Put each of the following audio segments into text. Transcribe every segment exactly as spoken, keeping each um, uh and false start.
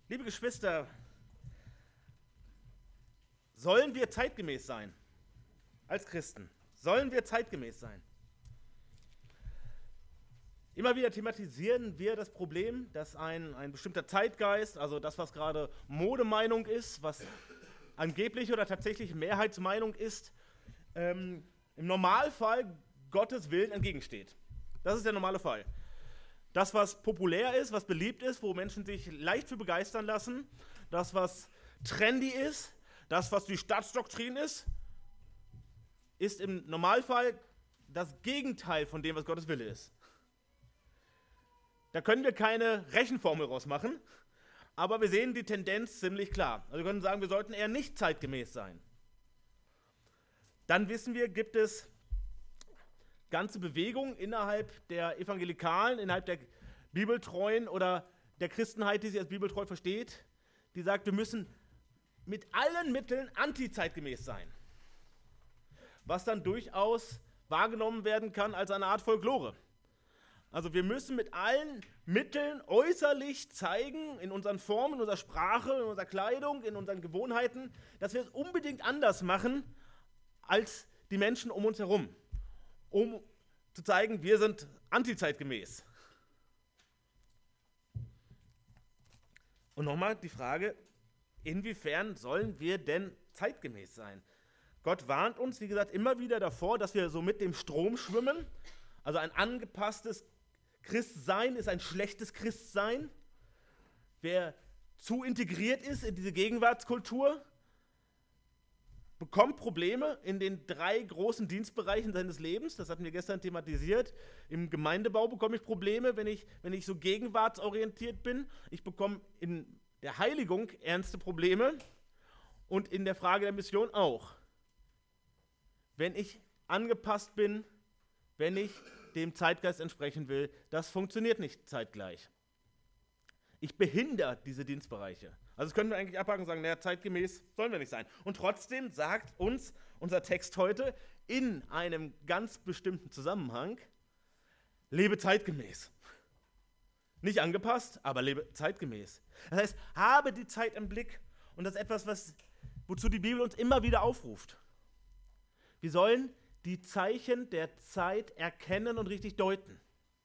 Liebe Geschwister, sollen wir zeitgemäß sein als Christen? Sollen wir zeitgemäß sein? Immer wieder thematisieren wir das Problem, dass ein, ein bestimmter Zeitgeist, also das, was gerade Modemeinung ist, was angeblich oder tatsächlich Mehrheitsmeinung ist, ähm, im Normalfall Gottes Willen entgegensteht. Das ist der normale Fall. Das, was populär ist, was beliebt ist, wo Menschen sich leicht für begeistern lassen, das, was trendy ist, das, was die Staatsdoktrin ist, ist im Normalfall das Gegenteil von dem, was Gottes Wille ist. Da können wir keine Rechenformel rausmachen, aber wir sehen die Tendenz ziemlich klar. Also wir können sagen, wir sollten eher nicht zeitgemäß sein. Dann wissen wir, gibt es ganze Bewegungen innerhalb der Evangelikalen, innerhalb der Bibeltreuen oder der Christenheit, die sich als bibeltreu versteht, die sagt, wir müssen mit allen Mitteln antizeitgemäß sein. Was dann durchaus wahrgenommen werden kann als eine Art Folklore. Also wir müssen mit allen Mitteln äußerlich zeigen, in unseren Formen, in unserer Sprache, in unserer Kleidung, in unseren Gewohnheiten, dass wir es unbedingt anders machen als die Menschen um uns herum, um zu zeigen, wir sind antizeitgemäß. Und nochmal die Frage, inwiefern sollen wir denn zeitgemäß sein? Gott warnt uns, wie gesagt, immer wieder davor, dass wir so mit dem Strom schwimmen. Also ein angepasstes Christsein ist ein schlechtes Christsein. Wer zu integriert ist in diese Gegenwartskultur, bekommt Probleme in den drei großen Dienstbereichen seines Lebens. Das hatten wir gestern thematisiert. Im Gemeindebau bekomme ich Probleme, wenn ich, wenn ich so gegenwartsorientiert bin. Ich bekomme in der Heiligung ernste Probleme und in der Frage der Mission auch. Wenn ich angepasst bin, wenn ich dem Zeitgeist entsprechen will, das funktioniert nicht zeitgleich. Ich behindere diese Dienstbereiche. Also das können wir eigentlich abhaken und sagen, naja, zeitgemäß sollen wir nicht sein. Und trotzdem sagt uns unser Text heute in einem ganz bestimmten Zusammenhang, lebe zeitgemäß. Nicht angepasst, aber lebe zeitgemäß. Das heißt, habe die Zeit im Blick und das ist etwas, was, wozu die Bibel uns immer wieder aufruft. Wir sollen die Zeichen der Zeit erkennen und richtig deuten.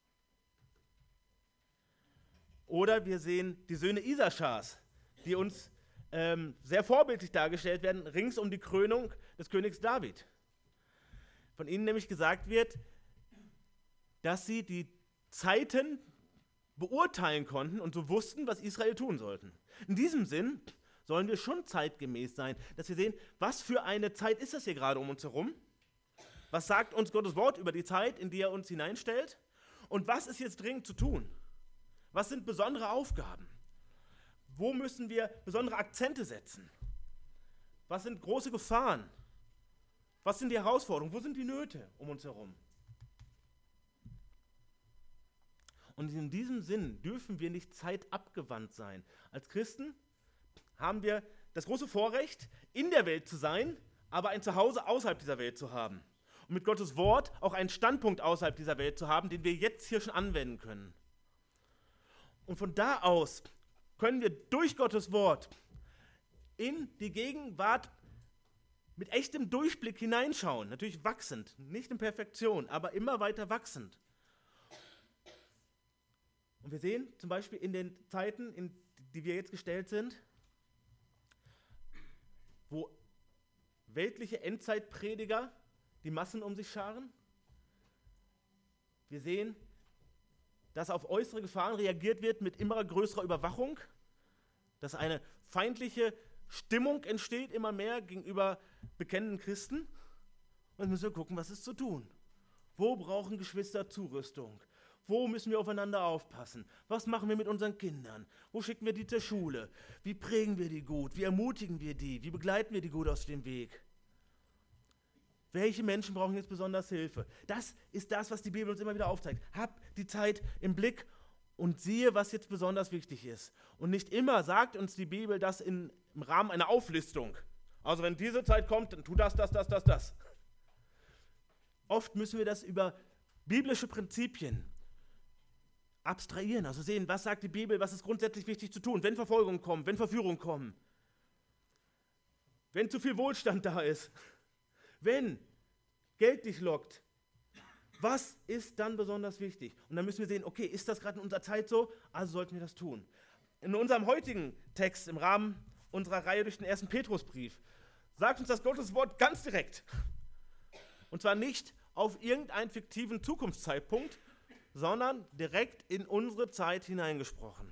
Oder wir sehen die Söhne Isaschars, die uns ähm, sehr vorbildlich dargestellt werden, rings um die Krönung des Königs David. Von ihnen nämlich gesagt wird, dass sie die Zeiten beurteilen konnten und so wussten, was Israel tun sollten. In diesem Sinn sollen wir schon zeitgemäß sein, dass wir sehen, was für eine Zeit ist das hier gerade um uns herum? Was sagt uns Gottes Wort über die Zeit, in die er uns hineinstellt? Und was ist jetzt dringend zu tun? Was sind besondere Aufgaben? Wo müssen wir besondere Akzente setzen? Was sind große Gefahren? Was sind die Herausforderungen? Wo sind die Nöte um uns herum? Und in diesem Sinn dürfen wir nicht zeitabgewandt sein. Als Christen haben wir das große Vorrecht, in der Welt zu sein, aber ein Zuhause außerhalb dieser Welt zu haben. Und mit Gottes Wort auch einen Standpunkt außerhalb dieser Welt zu haben, den wir jetzt hier schon anwenden können. Und von da aus können wir durch Gottes Wort in die Gegenwart mit echtem Durchblick hineinschauen. Natürlich wachsend, nicht in Perfektion, aber immer weiter wachsend. Und wir sehen zum Beispiel in den Zeiten, in die wir jetzt gestellt sind, wo weltliche Endzeitprediger die Massen um sich scharen. Wir sehen, dass auf äußere Gefahren reagiert wird mit immer größerer Überwachung, dass eine feindliche Stimmung entsteht, immer mehr gegenüber bekennenden Christen. Und jetzt müssen wir gucken, was ist zu tun. Wo brauchen Geschwister Zurüstung? Wo müssen wir aufeinander aufpassen? Was machen wir mit unseren Kindern? Wo schicken wir die zur Schule? Wie prägen wir die gut? Wie ermutigen wir die? Wie begleiten wir die gut aus dem Weg? Welche Menschen brauchen jetzt besonders Hilfe? Das ist das, was die Bibel uns immer wieder aufzeigt. Hab die Zeit im Blick und siehe, was jetzt besonders wichtig ist. Und nicht immer sagt uns die Bibel das in, im Rahmen einer Auflistung. Also wenn diese Zeit kommt, dann tu das, das, das, das, das. Oft müssen wir das über biblische Prinzipien abstrahieren, also sehen, was sagt die Bibel, was ist grundsätzlich wichtig zu tun, wenn Verfolgungen kommen, wenn Verführungen kommen, wenn zu viel Wohlstand da ist, wenn Geld dich lockt. Was ist dann besonders wichtig? Und dann müssen wir sehen, okay, ist das gerade in unserer Zeit so? Also sollten wir das tun. In unserem heutigen Text im Rahmen unserer Reihe durch den ersten Petrusbrief sagt uns das Gottes Wort ganz direkt. Und zwar nicht auf irgendeinen fiktiven Zukunftszeitpunkt, sondern direkt in unsere Zeit hineingesprochen.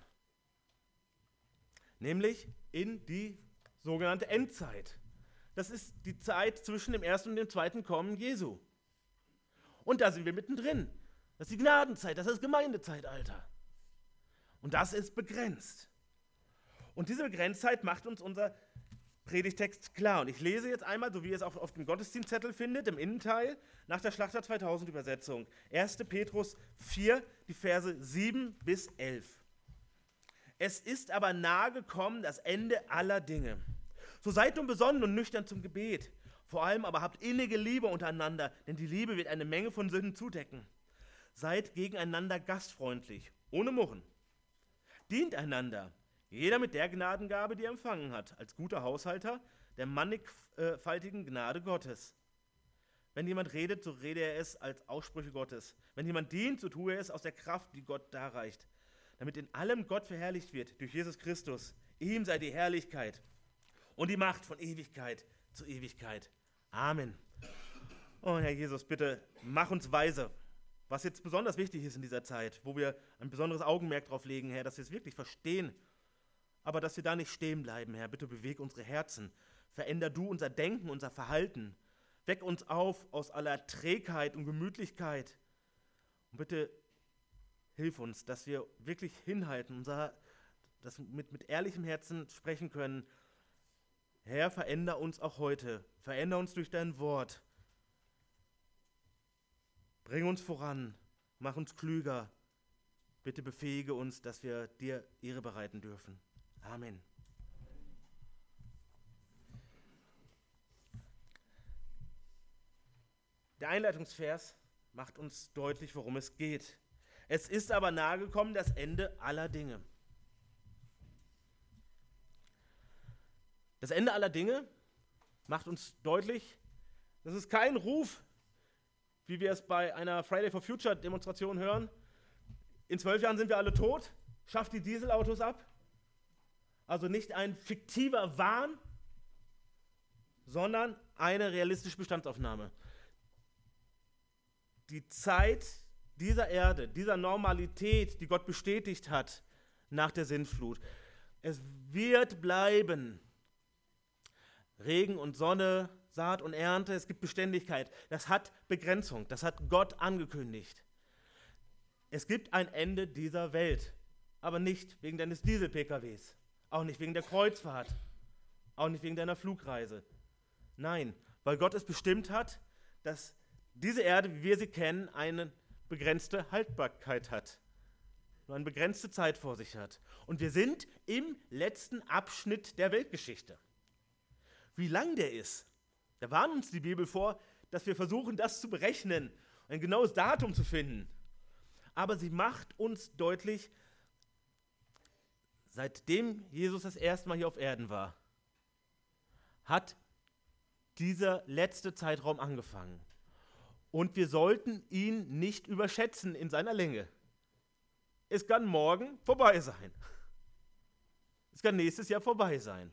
Nämlich in die sogenannte Endzeit. Das ist die Zeit zwischen dem ersten und dem zweiten Kommen Jesu. Und da sind wir mittendrin. Das ist die Gnadenzeit, das ist das Gemeindezeitalter. Und das ist begrenzt. Und diese Begrenztheit macht uns unser Predigtext klar. Und ich lese jetzt einmal, so wie ihr es auch auf dem Gottesdienstzettel findet, im Innenteil, nach der Schlachter zweitausend Übersetzung. erster Petrus vier, die Verse sieben bis elf. Es ist aber nahe gekommen das Ende aller Dinge. So seid nun besonnen und nüchtern zum Gebet. Vor allem aber habt innige Liebe untereinander, denn die Liebe wird eine Menge von Sünden zudecken. Seid gegeneinander gastfreundlich, ohne Murren. Dient einander, jeder mit der Gnadengabe, die er empfangen hat, als guter Haushalter der mannigfaltigen Gnade Gottes. Wenn jemand redet, so rede er es als Aussprüche Gottes. Wenn jemand dient, so tue er es aus der Kraft, die Gott darreicht, damit in allem Gott verherrlicht wird durch Jesus Christus. Ihm sei die Herrlichkeit und die Macht von Ewigkeit zu Ewigkeit. Amen. Oh Herr Jesus, bitte mach uns weise, was jetzt besonders wichtig ist in dieser Zeit, wo wir ein besonderes Augenmerk drauf legen, Herr, dass wir es wirklich verstehen, aber dass wir da nicht stehen bleiben, Herr. Bitte beweg unsere Herzen, veränder du unser Denken, unser Verhalten, weck uns auf aus aller Trägheit und Gemütlichkeit und bitte hilf uns, dass wir wirklich hinhalten, unser, dass wir mit, mit ehrlichem Herzen sprechen können. Herr, veränder uns auch heute, veränder uns durch dein Wort. Bring uns voran, mach uns klüger. Bitte befähige uns, dass wir dir Ehre bereiten dürfen. Amen. Der Einleitungsvers macht uns deutlich, worum es geht. Es ist aber nahe gekommen das Ende aller Dinge. Das Ende aller Dinge macht uns deutlich, das ist kein Ruf, wie wir es bei einer Friday for Future Demonstration hören. In zwölf Jahren sind wir alle tot, schafft die Dieselautos ab. Also nicht ein fiktiver Wahn, sondern eine realistische Bestandsaufnahme. Die Zeit dieser Erde, dieser Normalität, die Gott bestätigt hat nach der Sintflut, es wird bleiben. Regen und Sonne, Saat und Ernte, es gibt Beständigkeit. Das hat Begrenzung, das hat Gott angekündigt. Es gibt ein Ende dieser Welt, aber nicht wegen deines Diesel-P K Ws, auch nicht wegen der Kreuzfahrt, auch nicht wegen deiner Flugreise. Nein, weil Gott es bestimmt hat, dass diese Erde, wie wir sie kennen, eine begrenzte Haltbarkeit hat, nur eine begrenzte Zeit vor sich hat. Und wir sind im letzten Abschnitt der Weltgeschichte. Wie lang der ist, da warnt uns die Bibel vor, dass wir versuchen, das zu berechnen, ein genaues Datum zu finden. Aber sie macht uns deutlich, seitdem Jesus das erste Mal hier auf Erden war, hat dieser letzte Zeitraum angefangen. Und wir sollten ihn nicht überschätzen in seiner Länge. Es kann morgen vorbei sein. Es kann nächstes Jahr vorbei sein.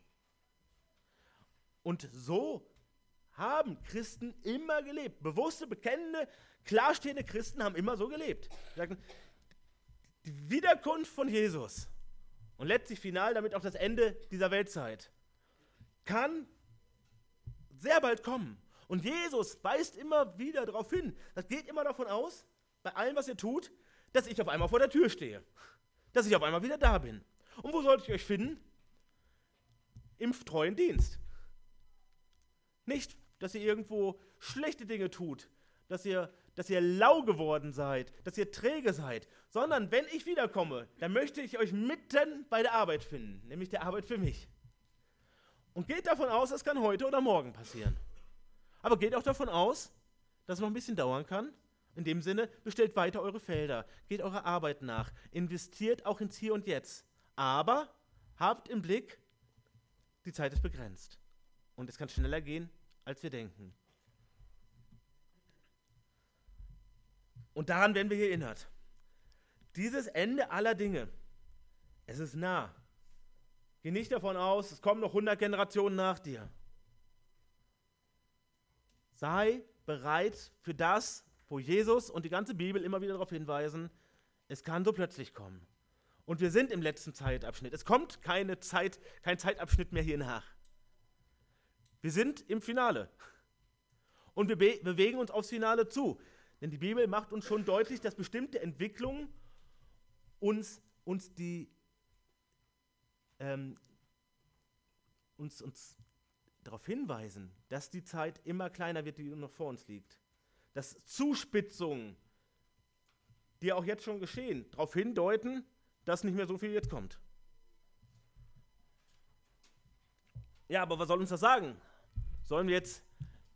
Und so haben Christen immer gelebt. Bewusste, bekennende, klarstehende Christen haben immer so gelebt. Sie sagen, die Wiederkunft von Jesus und letztlich final damit auch das Ende dieser Weltzeit kann sehr bald kommen. Und Jesus weist immer wieder darauf hin, das geht immer davon aus, bei allem, was ihr tut, dass ich auf einmal vor der Tür stehe. Dass ich auf einmal wieder da bin. Und wo sollte ich euch finden? Im treuen Dienst. Nicht, dass ihr irgendwo schlechte Dinge tut, dass ihr, dass ihr lau geworden seid, dass ihr träge seid, sondern wenn ich wiederkomme, dann möchte ich euch mitten bei der Arbeit finden, nämlich der Arbeit für mich. Und geht davon aus, das kann heute oder morgen passieren. Aber geht auch davon aus, dass es noch ein bisschen dauern kann, In dem Sinne, bestellt weiter eure Felder, geht eurer Arbeit nach, investiert auch ins Hier und Jetzt. Aber habt im Blick, die Zeit ist begrenzt. Und es kann schneller gehen, als wir denken. Und daran werden wir hier erinnert. Dieses Ende aller Dinge, es ist nah. Geh nicht davon aus, es kommen noch hundert Generationen nach dir. Sei bereit für das, wo Jesus und die ganze Bibel immer wieder darauf hinweisen, es kann so plötzlich kommen. Und wir sind im letzten Zeitabschnitt. Es kommt keine Zeit, kein Zeitabschnitt mehr hier nach. Wir sind im Finale. Und wir be- bewegen uns aufs Finale zu. Denn die Bibel macht uns schon deutlich, dass bestimmte Entwicklungen uns, uns, die, ähm, uns, uns darauf hinweisen, dass die Zeit immer kleiner wird, die noch vor uns liegt. Dass Zuspitzungen, die auch jetzt schon geschehen, darauf hindeuten, dass nicht mehr so viel jetzt kommt. Ja, aber was soll uns das sagen? Sollen wir jetzt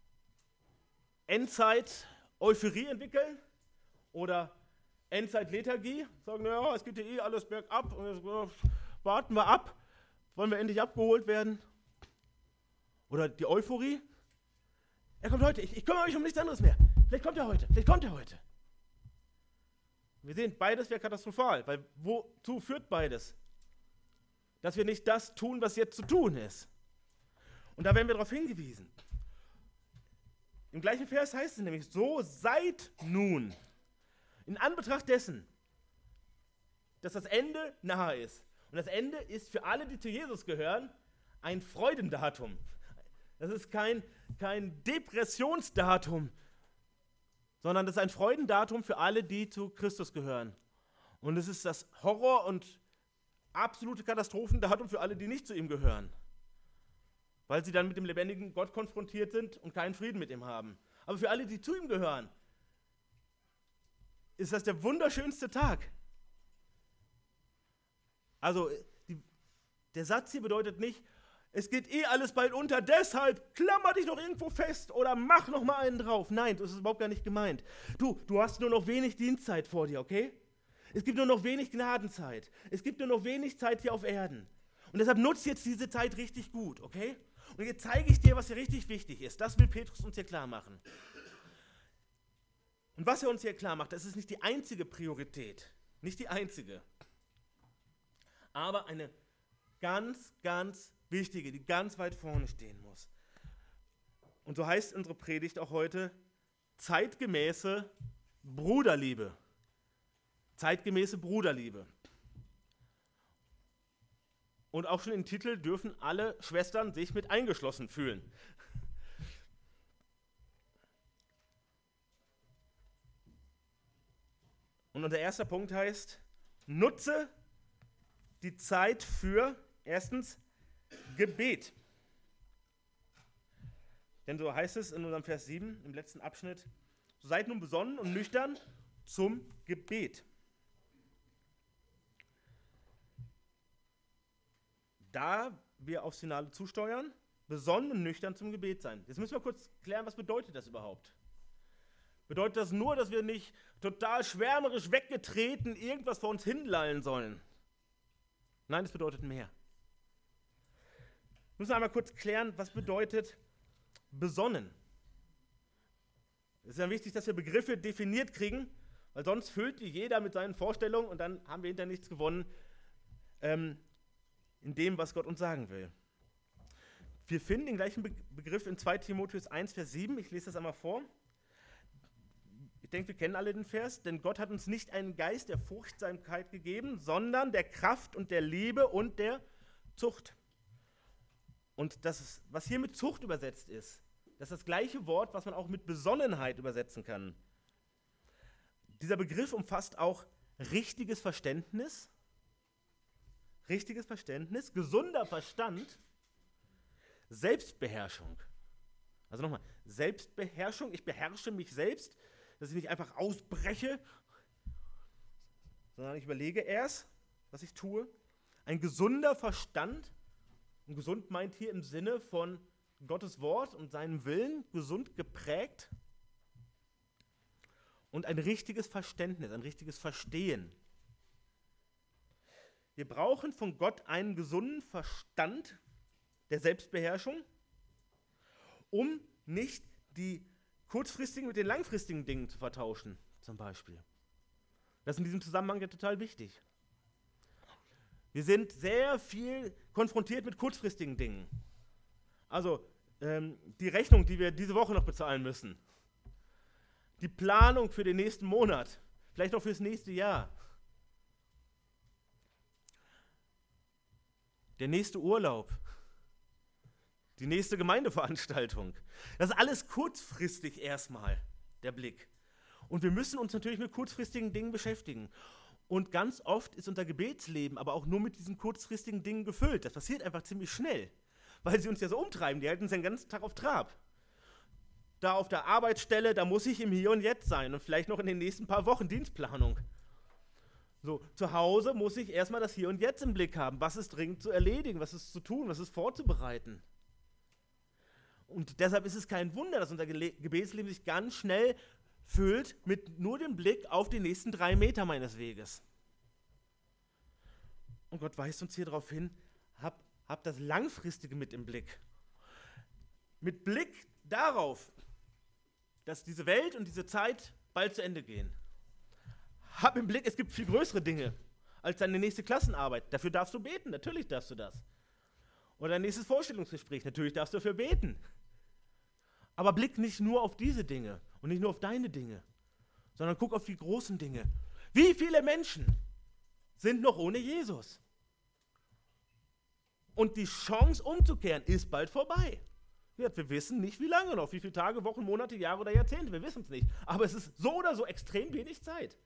Endzeit-Euphorie entwickeln? Oder Endzeit-Lethargie? Sagen, naja, es geht ja eh alles bergab, und jetzt, ja, warten wir ab. Wollen wir endlich abgeholt werden? Oder die Euphorie? Er kommt heute, ich, ich kümmere mich um nichts anderes mehr. Vielleicht kommt er heute, vielleicht kommt er heute. Wir sehen, beides wäre katastrophal, weil wozu führt beides? Dass wir nicht das tun, was jetzt zu tun ist. Und da werden wir darauf hingewiesen. Im gleichen Vers heißt es nämlich, so seid nun, in Anbetracht dessen, dass das Ende nahe ist. Und das Ende ist für alle, die zu Jesus gehören, ein Freudendatum. Das ist kein, kein Depressionsdatum, sondern das ist ein Freudendatum für alle, die zu Christus gehören. Und es ist das Horror- und absolute Katastrophendatum für alle, die nicht zu ihm gehören. Weil sie dann mit dem lebendigen Gott konfrontiert sind und keinen Frieden mit ihm haben. Aber für alle, die zu ihm gehören, ist das der wunderschönste Tag. Also, die, der Satz hier bedeutet nicht, es geht eh alles bald unter, deshalb klammer dich noch irgendwo fest oder mach noch mal einen drauf. Nein, das ist überhaupt gar nicht gemeint. Du, du hast nur noch wenig Dienstzeit vor dir, okay? Es gibt nur noch wenig Gnadenzeit. Es gibt nur noch wenig Zeit hier auf Erden. Und deshalb nutzt jetzt diese Zeit richtig gut, okay? Und jetzt zeige ich dir, was hier richtig wichtig ist. Das will Petrus uns hier klar machen. Und was er uns hier klar macht, das ist nicht die einzige Priorität. Nicht die einzige. Aber eine ganz, ganz wichtige, die ganz weit vorne stehen muss. Und so heißt unsere Predigt auch heute, zeitgemäße Bruderliebe. Zeitgemäße Bruderliebe. Und auch schon im Titel dürfen alle Schwestern sich mit eingeschlossen fühlen. Und unser erster Punkt heißt, nutze die Zeit für, erstens, Gebet. Denn so heißt es in unserem Vers sieben, im letzten Abschnitt, so seid nun besonnen und nüchtern zum Gebet. Da wir aufs Finale zusteuern, besonnen und nüchtern zum Gebet sein. Jetzt müssen wir kurz klären, was bedeutet das überhaupt? Bedeutet das nur, dass wir nicht total schwärmerisch weggetreten irgendwas vor uns hinlallen sollen? Nein, das bedeutet mehr. Wir müssen einmal kurz klären, was bedeutet besonnen. Es ist ja wichtig, dass wir Begriffe definiert kriegen, weil sonst füllt die jeder mit seinen Vorstellungen und dann haben wir hinterher nichts gewonnen ähm, in dem, was Gott uns sagen will. Wir finden den gleichen Be- Begriff in zweiter Timotheus eins, Vers sieben. Ich lese das einmal vor. Ich denke, wir kennen alle den Vers. Denn Gott hat uns nicht einen Geist der Furchtsamkeit gegeben, sondern der Kraft und der Liebe und der Zucht. Und das, was hier mit Zucht übersetzt ist, das ist das gleiche Wort, was man auch mit Besonnenheit übersetzen kann. Dieser Begriff umfasst auch richtiges Verständnis, richtiges Verständnis, gesunder Verstand, Selbstbeherrschung. Also nochmal, Selbstbeherrschung, ich beherrsche mich selbst, dass ich nicht einfach ausbreche, sondern ich überlege erst, was ich tue. Ein gesunder Verstand, und gesund meint hier im Sinne von Gottes Wort und seinem Willen, gesund geprägt. und ein richtiges Verständnis, ein richtiges Verstehen. Wir brauchen von Gott einen gesunden Verstand der Selbstbeherrschung, um nicht die kurzfristigen mit den langfristigen Dingen zu vertauschen, zum Beispiel. Das ist in diesem Zusammenhang ja total wichtig. Wir sind sehr viel konfrontiert mit kurzfristigen Dingen. Also ähm, die Rechnung, die wir diese Woche noch bezahlen müssen. Die Planung für den nächsten Monat. Vielleicht auch fürs nächste Jahr. Der nächste Urlaub. Die nächste Gemeindeveranstaltung. Das ist alles kurzfristig erstmal, der Blick. Und wir müssen uns natürlich mit kurzfristigen Dingen beschäftigen. Und ganz oft ist unser Gebetsleben aber auch nur mit diesen kurzfristigen Dingen gefüllt. Das passiert einfach ziemlich schnell, weil sie uns ja so umtreiben. Die halten uns den ganzen Tag auf Trab. Da auf der Arbeitsstelle, da muss ich im Hier und Jetzt sein und vielleicht noch in den nächsten paar Wochen Dienstplanung. So, zu Hause muss ich erstmal das Hier und Jetzt im Blick haben. Was ist dringend zu erledigen, was ist zu tun, was ist vorzubereiten. Und deshalb ist es kein Wunder, dass unser Gele- Gebetsleben sich ganz schnell füllt mit nur dem Blick auf die nächsten drei Meter meines Weges. Und Gott weist uns hier darauf hin, hab, hab das Langfristige mit im Blick. Mit Blick darauf, dass diese Welt und diese Zeit bald zu Ende gehen. Hab im Blick, es gibt viel größere Dinge als deine nächste Klassenarbeit. Dafür darfst du beten, natürlich darfst du das. Oder dein nächstes Vorstellungsgespräch, natürlich darfst du dafür beten. Aber blick nicht nur auf diese Dinge und nicht nur auf deine Dinge, sondern guck auf die großen Dinge. Wie viele Menschen sind noch ohne Jesus? Und die Chance umzukehren ist bald vorbei. Ja, wir wissen nicht, wie lange noch, wie viele Tage, Wochen, Monate, Jahre oder Jahrzehnte, wir wissen es nicht. Aber es ist so oder so extrem wenig Zeit.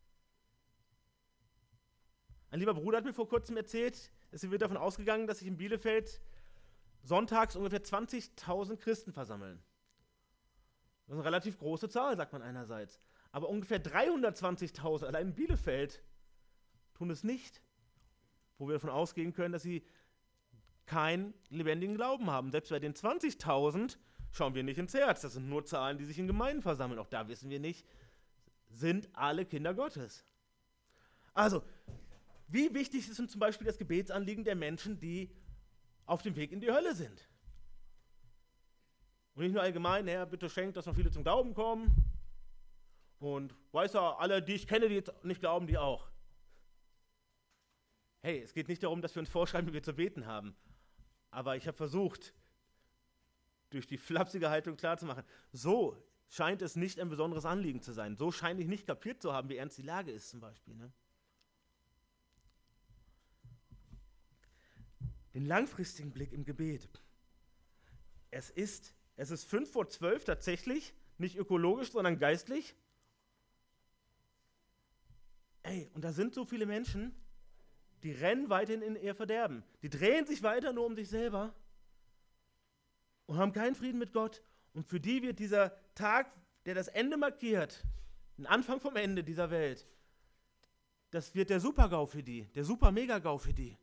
Ein lieber Bruder hat mir vor kurzem erzählt, es wird davon ausgegangen, dass sich in Bielefeld sonntags ungefähr zwanzigtausend Christen versammeln. Das ist eine relativ große Zahl, sagt man einerseits. Aber ungefähr dreihundertzwanzigtausend allein in Bielefeld tun es nicht, wo wir davon ausgehen können, dass sie keinen lebendigen Glauben haben. Selbst bei den zwanzigtausend schauen wir nicht ins Herz. Das sind nur Zahlen, die sich in Gemeinden versammeln. Auch da wissen wir nicht, sind alle Kinder Gottes. Also, wie wichtig ist uns zum Beispiel das Gebetsanliegen der Menschen, die auf dem Weg in die Hölle sind? Und nicht nur allgemein, Herr, bitte schenkt, dass noch viele zum Glauben kommen. Und weiß ja, alle, die ich kenne, die jetzt nicht glauben, die auch. Hey, es geht nicht darum, dass wir uns vorschreiben, wie wir zu beten haben. Aber ich habe versucht, durch die flapsige Haltung klarzumachen, so scheint es nicht ein besonderes Anliegen zu sein. So scheine ich nicht kapiert zu haben, wie ernst die Lage ist zum Beispiel. Ne? Den langfristigen Blick im Gebet. Es ist, es ist fünf vor zwölf tatsächlich, nicht ökologisch, sondern geistlich. Ey, und da sind so viele Menschen, die rennen weiterhin in ihr Verderben. Die drehen sich weiter nur um sich selber und haben keinen Frieden mit Gott. Und für die wird dieser Tag, der das Ende markiert, den Anfang vom Ende dieser Welt, das wird der Super-GAU für die, der Super-Mega-GAU für die.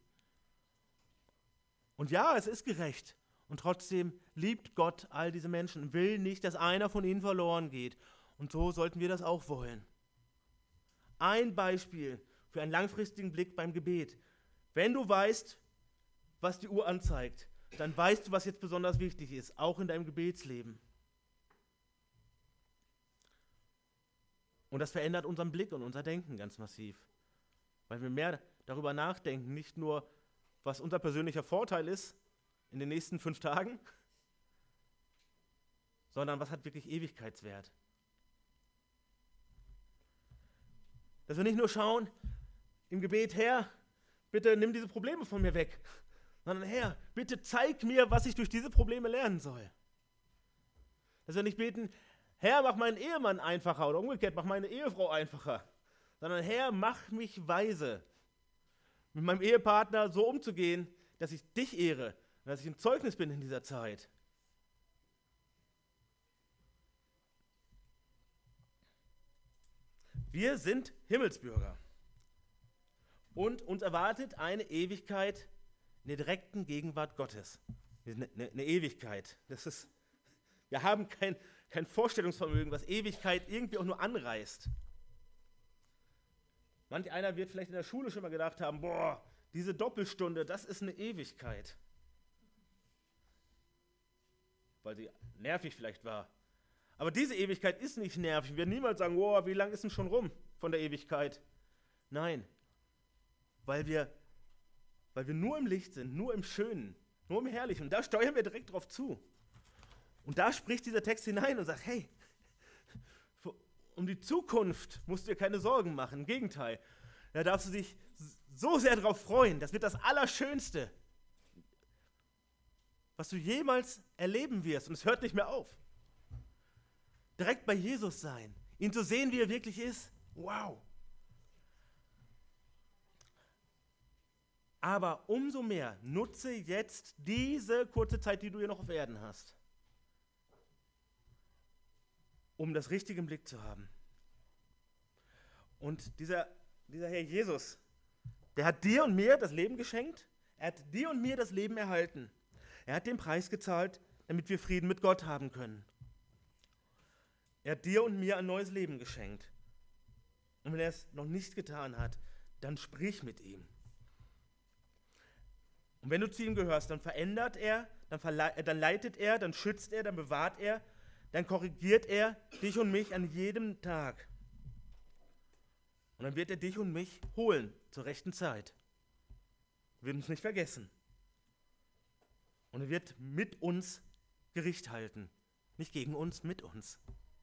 Und ja, es ist gerecht. Und trotzdem liebt Gott all diese Menschen und will nicht, dass einer von ihnen verloren geht. Und so sollten wir das auch wollen. Ein Beispiel für einen langfristigen Blick beim Gebet. Wenn du weißt, was die Uhr anzeigt, dann weißt du, was jetzt besonders wichtig ist, auch in deinem Gebetsleben. Und das verändert unseren Blick und unser Denken ganz massiv. Weil wir mehr darüber nachdenken, nicht nur, was unser persönlicher Vorteil ist in den nächsten fünf Tagen, sondern was hat wirklich Ewigkeitswert. Dass wir nicht nur schauen, im Gebet, Herr, bitte nimm diese Probleme von mir weg, sondern Herr, bitte zeig mir, was ich durch diese Probleme lernen soll. Dass wir nicht beten, Herr, mach meinen Ehemann einfacher oder umgekehrt, mach meine Ehefrau einfacher, sondern Herr, mach mich weise, mit meinem Ehepartner so umzugehen, dass ich dich ehre, dass ich ein Zeugnis bin in dieser Zeit. Wir sind Himmelsbürger und uns erwartet eine Ewigkeit in der direkten Gegenwart Gottes. Eine, eine, eine Ewigkeit. Das ist, Wir haben kein, kein Vorstellungsvermögen, was Ewigkeit irgendwie auch nur anreißt. Manch einer wird vielleicht in der Schule schon mal gedacht haben, boah, diese Doppelstunde, das ist eine Ewigkeit. Weil sie nervig vielleicht war. Aber diese Ewigkeit ist nicht nervig. Wir werden niemals sagen, boah, wie lange ist denn schon rum von der Ewigkeit? Nein, weil wir, weil wir nur im Licht sind, nur im Schönen, nur im Herrlichen. Und da steuern wir direkt drauf zu. Und da spricht dieser Text hinein und sagt, hey, um die Zukunft musst du dir keine Sorgen machen. Im Gegenteil, da darfst du dich so sehr darauf freuen. Das wird das Allerschönste, was du jemals erleben wirst. Und es hört nicht mehr auf. Direkt bei Jesus sein, ihn zu sehen, wie er wirklich ist. Wow. Aber umso mehr nutze jetzt diese kurze Zeit, die du hier noch auf Erden hast, um das Richtige im Blick zu haben. Und dieser, dieser Herr Jesus, der hat dir und mir das Leben geschenkt, er hat dir und mir das Leben erhalten. Er hat den Preis gezahlt, damit wir Frieden mit Gott haben können. Er hat dir und mir ein neues Leben geschenkt. Und wenn er es noch nicht getan hat, dann sprich mit ihm. Und wenn du zu ihm gehörst, dann verändert er, dann, verle- dann leitet er, dann schützt er, dann bewahrt er, dann korrigiert er dich und mich an jedem Tag. Und dann wird er dich und mich holen zur rechten Zeit. Er wird uns nicht vergessen. Und er wird mit uns Gericht halten. Nicht gegen uns, mit uns.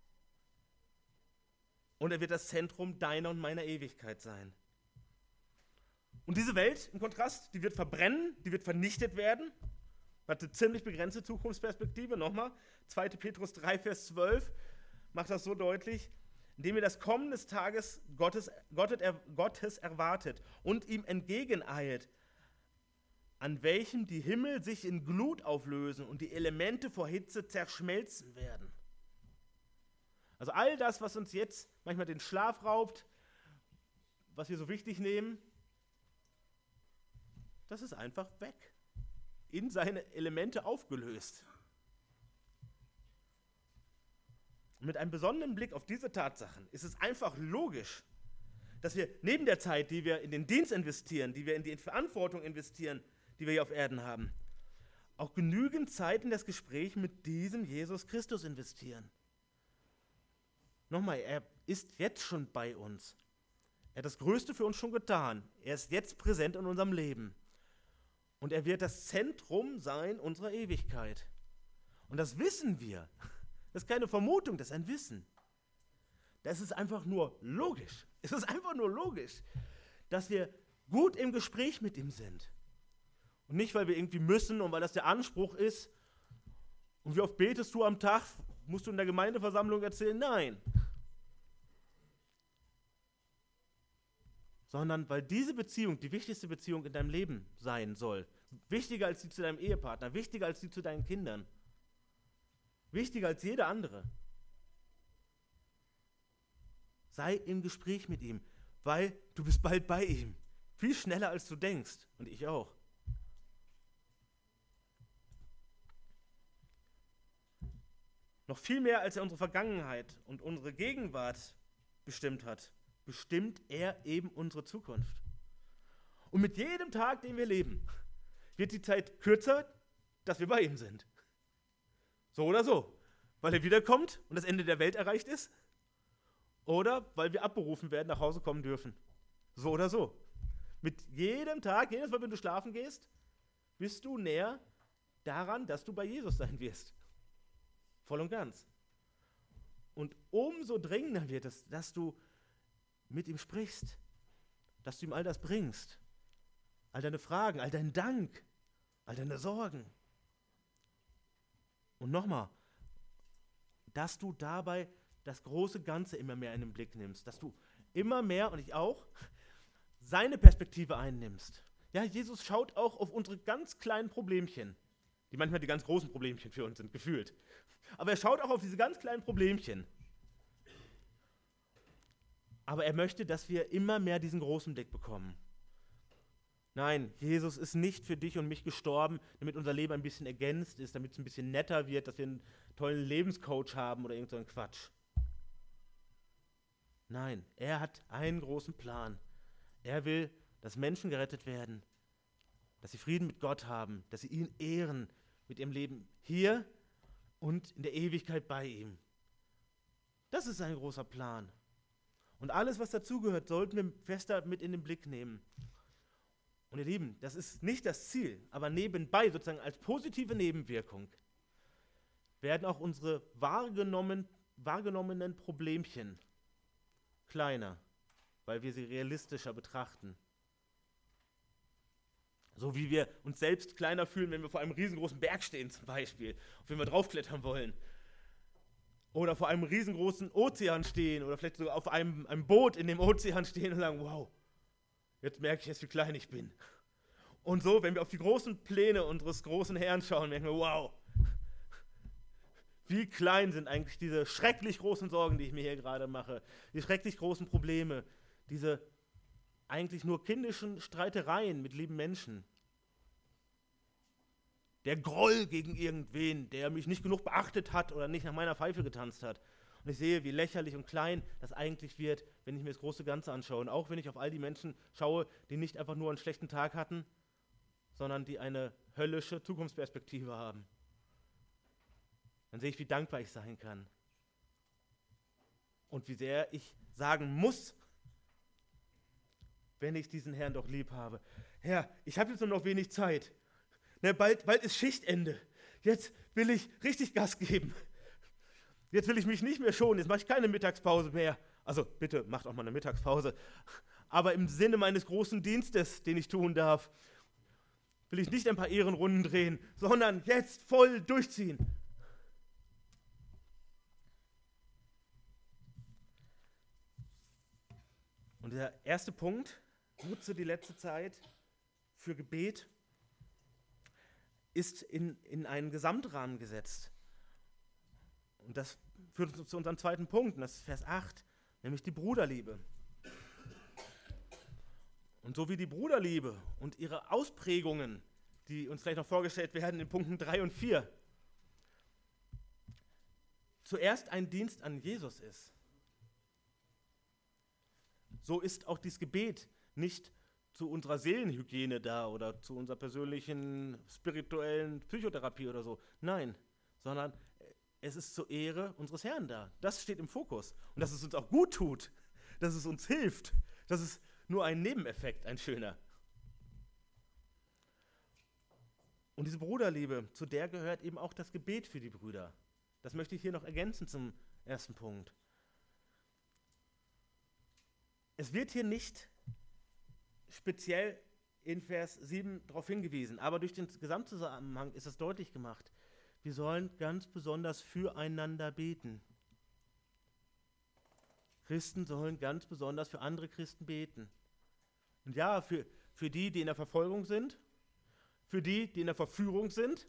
Und er wird das Zentrum deiner und meiner Ewigkeit sein. Und diese Welt, im Kontrast, die wird verbrennen, die wird vernichtet werden. Hat eine ziemlich begrenzte Zukunftsperspektive. Nochmal, zweiter Petrus drei, Vers zwölf macht das so deutlich, indem ihr das Kommen des Tages Gottes, Gottes erwartet und ihm entgegeneilt, an welchem die Himmel sich in Glut auflösen und die Elemente vor Hitze zerschmelzen werden. Also all das, was uns jetzt manchmal den Schlaf raubt, was wir so wichtig nehmen, das ist einfach weg, in seine Elemente aufgelöst. Und mit einem besonderen Blick auf diese Tatsachen ist es einfach logisch, dass wir neben der Zeit, die wir in den Dienst investieren, die wir in die Verantwortung investieren, die wir hier auf Erden haben, auch genügend Zeit in das Gespräch mit diesem Jesus Christus investieren. Nochmal, er ist jetzt schon bei uns. Er hat das Größte für uns schon getan. Er ist jetzt präsent in unserem Leben. Und er wird das Zentrum sein unserer Ewigkeit. Und das wissen wir. Das ist keine Vermutung, das ist ein Wissen. Das ist einfach nur logisch. Es ist einfach nur logisch, dass wir gut im Gespräch mit ihm sind. Und nicht, weil wir irgendwie müssen und weil das der Anspruch ist. Und wie oft betest du am Tag? Musst du in der Gemeindeversammlung erzählen? Nein. Sondern weil diese Beziehung die wichtigste Beziehung in deinem Leben sein soll. Wichtiger als die zu deinem Ehepartner, wichtiger als die zu deinen Kindern. Wichtiger als jede andere. Sei im Gespräch mit ihm, weil du bist bald bei ihm. Viel schneller als du denkst. Und ich auch. Noch viel mehr als er unsere Vergangenheit und unsere Gegenwart bestimmt hat, bestimmt er eben unsere Zukunft. Und mit jedem Tag, den wir leben, wird die Zeit kürzer, dass wir bei ihm sind. So oder so. Weil er wiederkommt und das Ende der Welt erreicht ist. Oder weil wir abberufen werden, nach Hause kommen dürfen. So oder so. Mit jedem Tag, jedes Mal, wenn du schlafen gehst, bist du näher daran, dass du bei Jesus sein wirst. Voll und ganz. Und umso dringender wird es, dass du mit ihm sprichst, dass du ihm all das bringst, all deine Fragen, all deinen Dank, all deine Sorgen. Und nochmal, dass du dabei das große Ganze immer mehr in den Blick nimmst, dass du immer mehr, und ich auch, seine Perspektive einnimmst. Ja, Jesus schaut auch auf unsere ganz kleinen Problemchen, die manchmal die ganz großen Problemchen für uns sind, gefühlt. Aber er schaut auch auf diese ganz kleinen Problemchen. Aber er möchte, dass wir immer mehr diesen großen Blick bekommen. Nein, Jesus ist nicht für dich und mich gestorben, damit unser Leben ein bisschen ergänzt ist, damit es ein bisschen netter wird, dass wir einen tollen Lebenscoach haben oder irgend so einen Quatsch. Nein, er hat einen großen Plan. Er will, dass Menschen gerettet werden, dass sie Frieden mit Gott haben, dass sie ihn ehren mit ihrem Leben hier und in der Ewigkeit bei ihm. Das ist ein großer Plan. Und alles, was dazugehört, sollten wir fester mit in den Blick nehmen. Und ihr Lieben, das ist nicht das Ziel, aber nebenbei, sozusagen als positive Nebenwirkung, werden auch unsere wahrgenommen, wahrgenommenen Problemchen kleiner, weil wir sie realistischer betrachten. So wie wir uns selbst kleiner fühlen, wenn wir vor einem riesengroßen Berg stehen zum Beispiel, auf den wir draufklettern wollen. Oder vor einem riesengroßen Ozean stehen oder vielleicht sogar auf einem, einem Boot in dem Ozean stehen und sagen, wow, jetzt merke ich erst, wie klein ich bin. Und so, wenn wir auf die großen Pläne unseres großen Herrn schauen, merken wir, wow, wie klein sind eigentlich diese schrecklich großen Sorgen, die ich mir hier gerade mache, die schrecklich großen Probleme, diese eigentlich nur kindischen Streitereien mit lieben Menschen. Der Groll gegen irgendwen, der mich nicht genug beachtet hat oder nicht nach meiner Pfeife getanzt hat. Und ich sehe, wie lächerlich und klein das eigentlich wird, wenn ich mir das große Ganze anschaue. Und auch wenn ich auf all die Menschen schaue, die nicht einfach nur einen schlechten Tag hatten, sondern die eine höllische Zukunftsperspektive haben. Dann sehe ich, wie dankbar ich sein kann. Und wie sehr ich sagen muss, wenn ich diesen Herrn doch lieb habe. Herr, ich habe jetzt nur noch wenig Zeit. Ne, bald, bald ist Schichtende. Jetzt will ich richtig Gas geben. Jetzt will ich mich nicht mehr schonen. Jetzt mache ich keine Mittagspause mehr. Also bitte, macht auch mal eine Mittagspause. Aber im Sinne meines großen Dienstes, den ich tun darf, will ich nicht ein paar Ehrenrunden drehen, sondern jetzt voll durchziehen. Und der erste Punkt, nutze die letzte Zeit für Gebet, ist in, in einen Gesamtrahmen gesetzt. Und das führt uns zu unserem zweiten Punkt, und das ist Vers acht, nämlich die Bruderliebe. Und so wie die Bruderliebe und ihre Ausprägungen, die uns gleich noch vorgestellt werden in Punkten drei und vier, zuerst ein Dienst an Jesus ist, so ist auch dieses Gebet nicht zu unserer Seelenhygiene da oder zu unserer persönlichen spirituellen Psychotherapie oder so. Nein, sondern es ist zur Ehre unseres Herrn da. Das steht im Fokus. Und dass es uns auch gut tut, dass es uns hilft, das ist nur ein Nebeneffekt, ein schöner. Und diese Bruderliebe, zu der gehört eben auch das Gebet für die Brüder. Das möchte ich hier noch ergänzen zum ersten Punkt. Es wird hier nicht speziell in Vers sieben darauf hingewiesen, aber durch den Gesamtzusammenhang ist es deutlich gemacht. Wir sollen ganz besonders füreinander beten. Christen sollen ganz besonders für andere Christen beten. Und ja, für, für die, die in der Verfolgung sind, für die, die in der Verführung sind,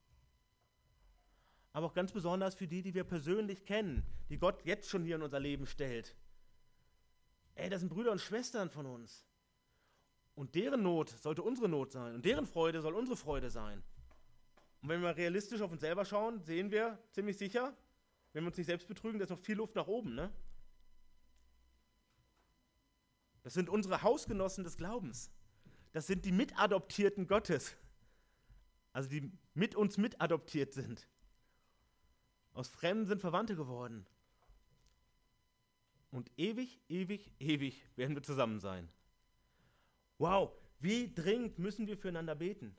aber auch ganz besonders für die, die wir persönlich kennen, die Gott jetzt schon hier in unser Leben stellt. Ey, das sind Brüder und Schwestern von uns. Und deren Not sollte unsere Not sein. Und deren Freude soll unsere Freude sein. Und wenn wir mal realistisch auf uns selber schauen, sehen wir ziemlich sicher, wenn wir uns nicht selbst betrügen, da ist noch viel Luft nach oben, ne? Das sind unsere Hausgenossen des Glaubens. Das sind die Mitadoptierten Gottes. Also die mit uns mitadoptiert sind. Aus Fremden sind Verwandte geworden. Und ewig, ewig, ewig werden wir zusammen sein. Wow, wie dringend müssen wir füreinander beten?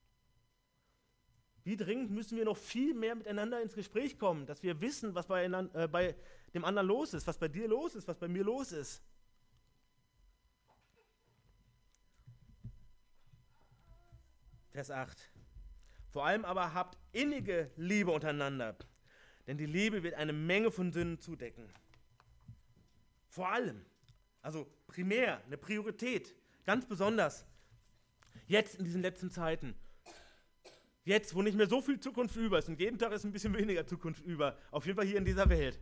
Wie dringend müssen wir noch viel mehr miteinander ins Gespräch kommen, dass wir wissen, was bei, äh, bei dem anderen los ist, was bei dir los ist, was bei mir los ist. Vers acht. Vor allem aber habt innige Liebe untereinander, denn die Liebe wird eine Menge von Sünden zudecken. Vor allem, also primär, eine Priorität, ganz besonders, jetzt in diesen letzten Zeiten, jetzt, wo nicht mehr so viel Zukunft über ist und jeden Tag ist ein bisschen weniger Zukunft über, auf jeden Fall hier in dieser Welt.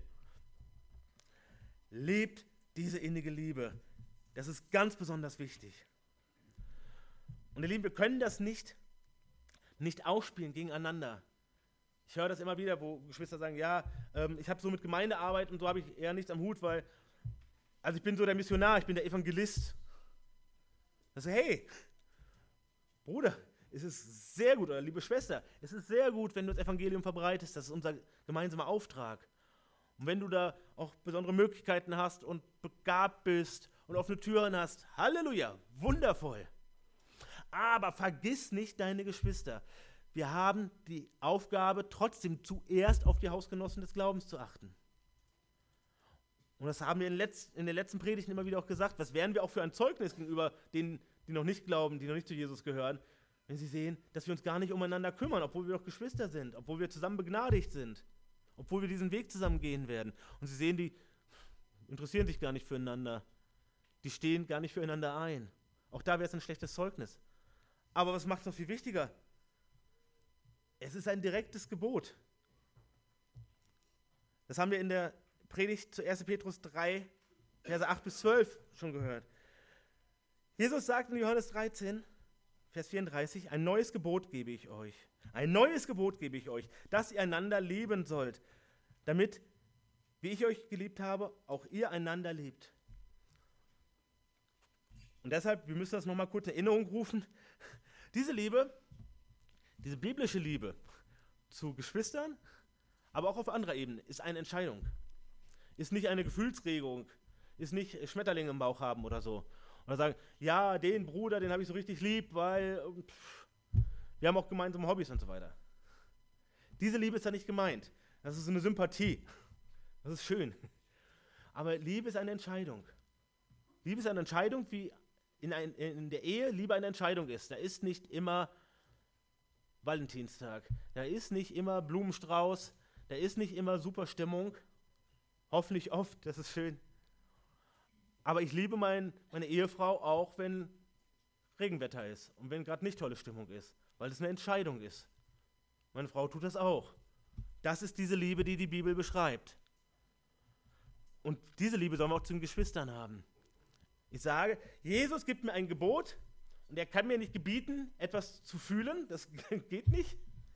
Lebt diese innige Liebe, das ist ganz besonders wichtig. Und ihr Lieben, wir können das nicht, nicht ausspielen gegeneinander. Ich höre das immer wieder, wo Geschwister sagen, ja, ähm, ich habe so mit Gemeindearbeit und so habe ich eher nichts am Hut, weil, also ich bin so der Missionar, ich bin der Evangelist. Also hey, Bruder, es ist sehr gut, oder liebe Schwester, es ist sehr gut, wenn du das Evangelium verbreitest, das ist unser gemeinsamer Auftrag. Und wenn du da auch besondere Möglichkeiten hast und begabt bist und offene Türen hast, Halleluja, wundervoll. Aber vergiss nicht deine Geschwister. Wir haben die Aufgabe, trotzdem zuerst auf die Hausgenossen des Glaubens zu achten. Und das haben wir in, letz-, in den letzten Predigten immer wieder auch gesagt. Was wären wir auch für ein Zeugnis gegenüber denen, die noch nicht glauben, die noch nicht zu Jesus gehören, wenn sie sehen, dass wir uns gar nicht umeinander kümmern, obwohl wir doch Geschwister sind, obwohl wir zusammen begnadigt sind, obwohl wir diesen Weg zusammen gehen werden. Und sie sehen, die interessieren sich gar nicht füreinander. Die stehen gar nicht füreinander ein. Auch da wäre es ein schlechtes Zeugnis. Aber was macht es noch viel wichtiger? Es ist ein direktes Gebot. Das haben wir in der Predigt zu erster Petrus drei, Verse acht bis zwölf schon gehört. Jesus sagt in Johannes dreizehn, Vers vierunddreißig, ein neues Gebot gebe ich euch. Ein neues Gebot gebe ich euch, dass ihr einander lieben sollt, damit, wie ich euch geliebt habe, auch ihr einander liebt. Und deshalb, wir müssen das nochmal kurz in Erinnerung rufen, diese Liebe, diese biblische Liebe zu Geschwistern, aber auch auf anderer Ebene, ist eine Entscheidung. Ist nicht eine Gefühlsregung, ist nicht Schmetterlinge im Bauch haben oder so. Oder sagen, ja, den Bruder, den habe ich so richtig lieb, weil pff, wir haben auch gemeinsame Hobbys und so weiter. Diese Liebe ist da nicht gemeint. Das ist eine Sympathie. Das ist schön. Aber Liebe ist eine Entscheidung. Liebe ist eine Entscheidung, wie in, ein, in der Ehe Liebe eine Entscheidung ist. Da ist nicht immer Valentinstag, da ist nicht immer Blumenstrauß, da ist nicht immer super Stimmung. Hoffentlich oft, das ist schön. Aber ich liebe mein, meine Ehefrau auch, wenn Regenwetter ist und wenn gerade nicht tolle Stimmung ist, weil es eine Entscheidung ist. Meine Frau tut das auch. Das ist diese Liebe, die die Bibel beschreibt. Und diese Liebe sollen wir auch zu den Geschwistern haben. Ich sage, Jesus gibt mir ein Gebot und er kann mir nicht gebieten, etwas zu fühlen, das geht nicht.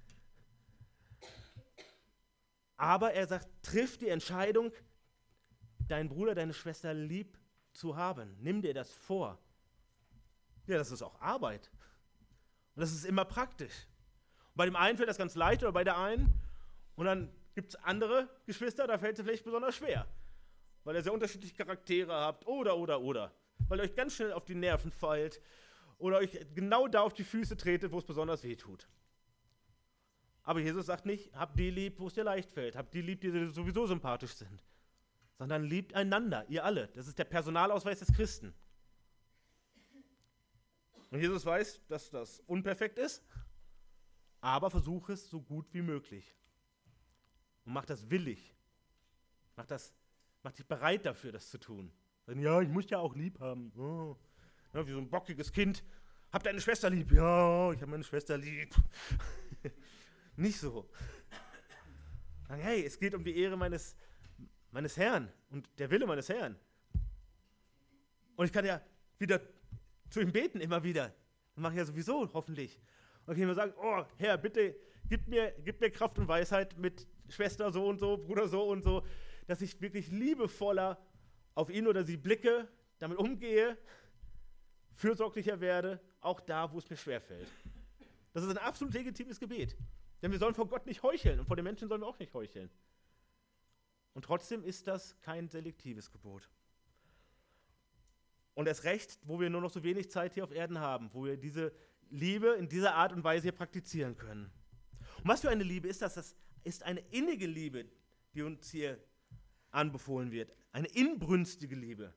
Aber er sagt, triff die Entscheidung, deinen Bruder, deine Schwester lieb zu haben. Nimm dir das vor. Ja, das ist auch Arbeit. Und das ist immer praktisch. Und bei dem einen fällt das ganz leicht oder bei der einen. Und dann gibt es andere Geschwister, da fällt es vielleicht besonders schwer. Weil ihr sehr unterschiedliche Charaktere habt oder, oder, oder. Weil ihr euch ganz schnell auf die Nerven fallt oder euch genau da auf die Füße tretet, wo es besonders weh tut. Aber Jesus sagt nicht, habt die lieb, wo es dir leicht fällt. Habt die lieb, die sowieso sympathisch sind. Sondern liebt einander, ihr alle. Das ist der Personalausweis des Christen. Und Jesus weiß, dass das unperfekt ist, aber versuche es so gut wie möglich. Und mach das willig. Mach, das, mach dich bereit dafür, das zu tun. Sagen, ja, ich muss ja auch lieb haben. Oh. Ja, wie so ein bockiges Kind. Hab deine Schwester lieb? Ja, ich habe meine Schwester lieb. Nicht so. Sagen, hey, es geht um die Ehre meines, meines Herrn und der Wille meines Herrn. Und ich kann ja wieder zu ihm beten, immer wieder. Das mache ich ja sowieso, hoffentlich. Und ich kann mir sagen, oh, Herr, bitte, gib mir, gib mir Kraft und Weisheit mit Schwester so und so, Bruder so und so, dass ich wirklich liebevoller auf ihn oder sie blicke, damit umgehe, fürsorglicher werde, auch da, wo es mir schwerfällt. Das ist ein absolut legitimes Gebet. Denn wir sollen vor Gott nicht heucheln und vor den Menschen sollen wir auch nicht heucheln. Und trotzdem ist das kein selektives Gebot. Und erst recht, wo wir nur noch so wenig Zeit hier auf Erden haben, wo wir diese Liebe in dieser Art und Weise hier praktizieren können. Und was für eine Liebe ist das? Das ist eine innige Liebe, die uns hier anbefohlen wird. Eine inbrünstige Liebe.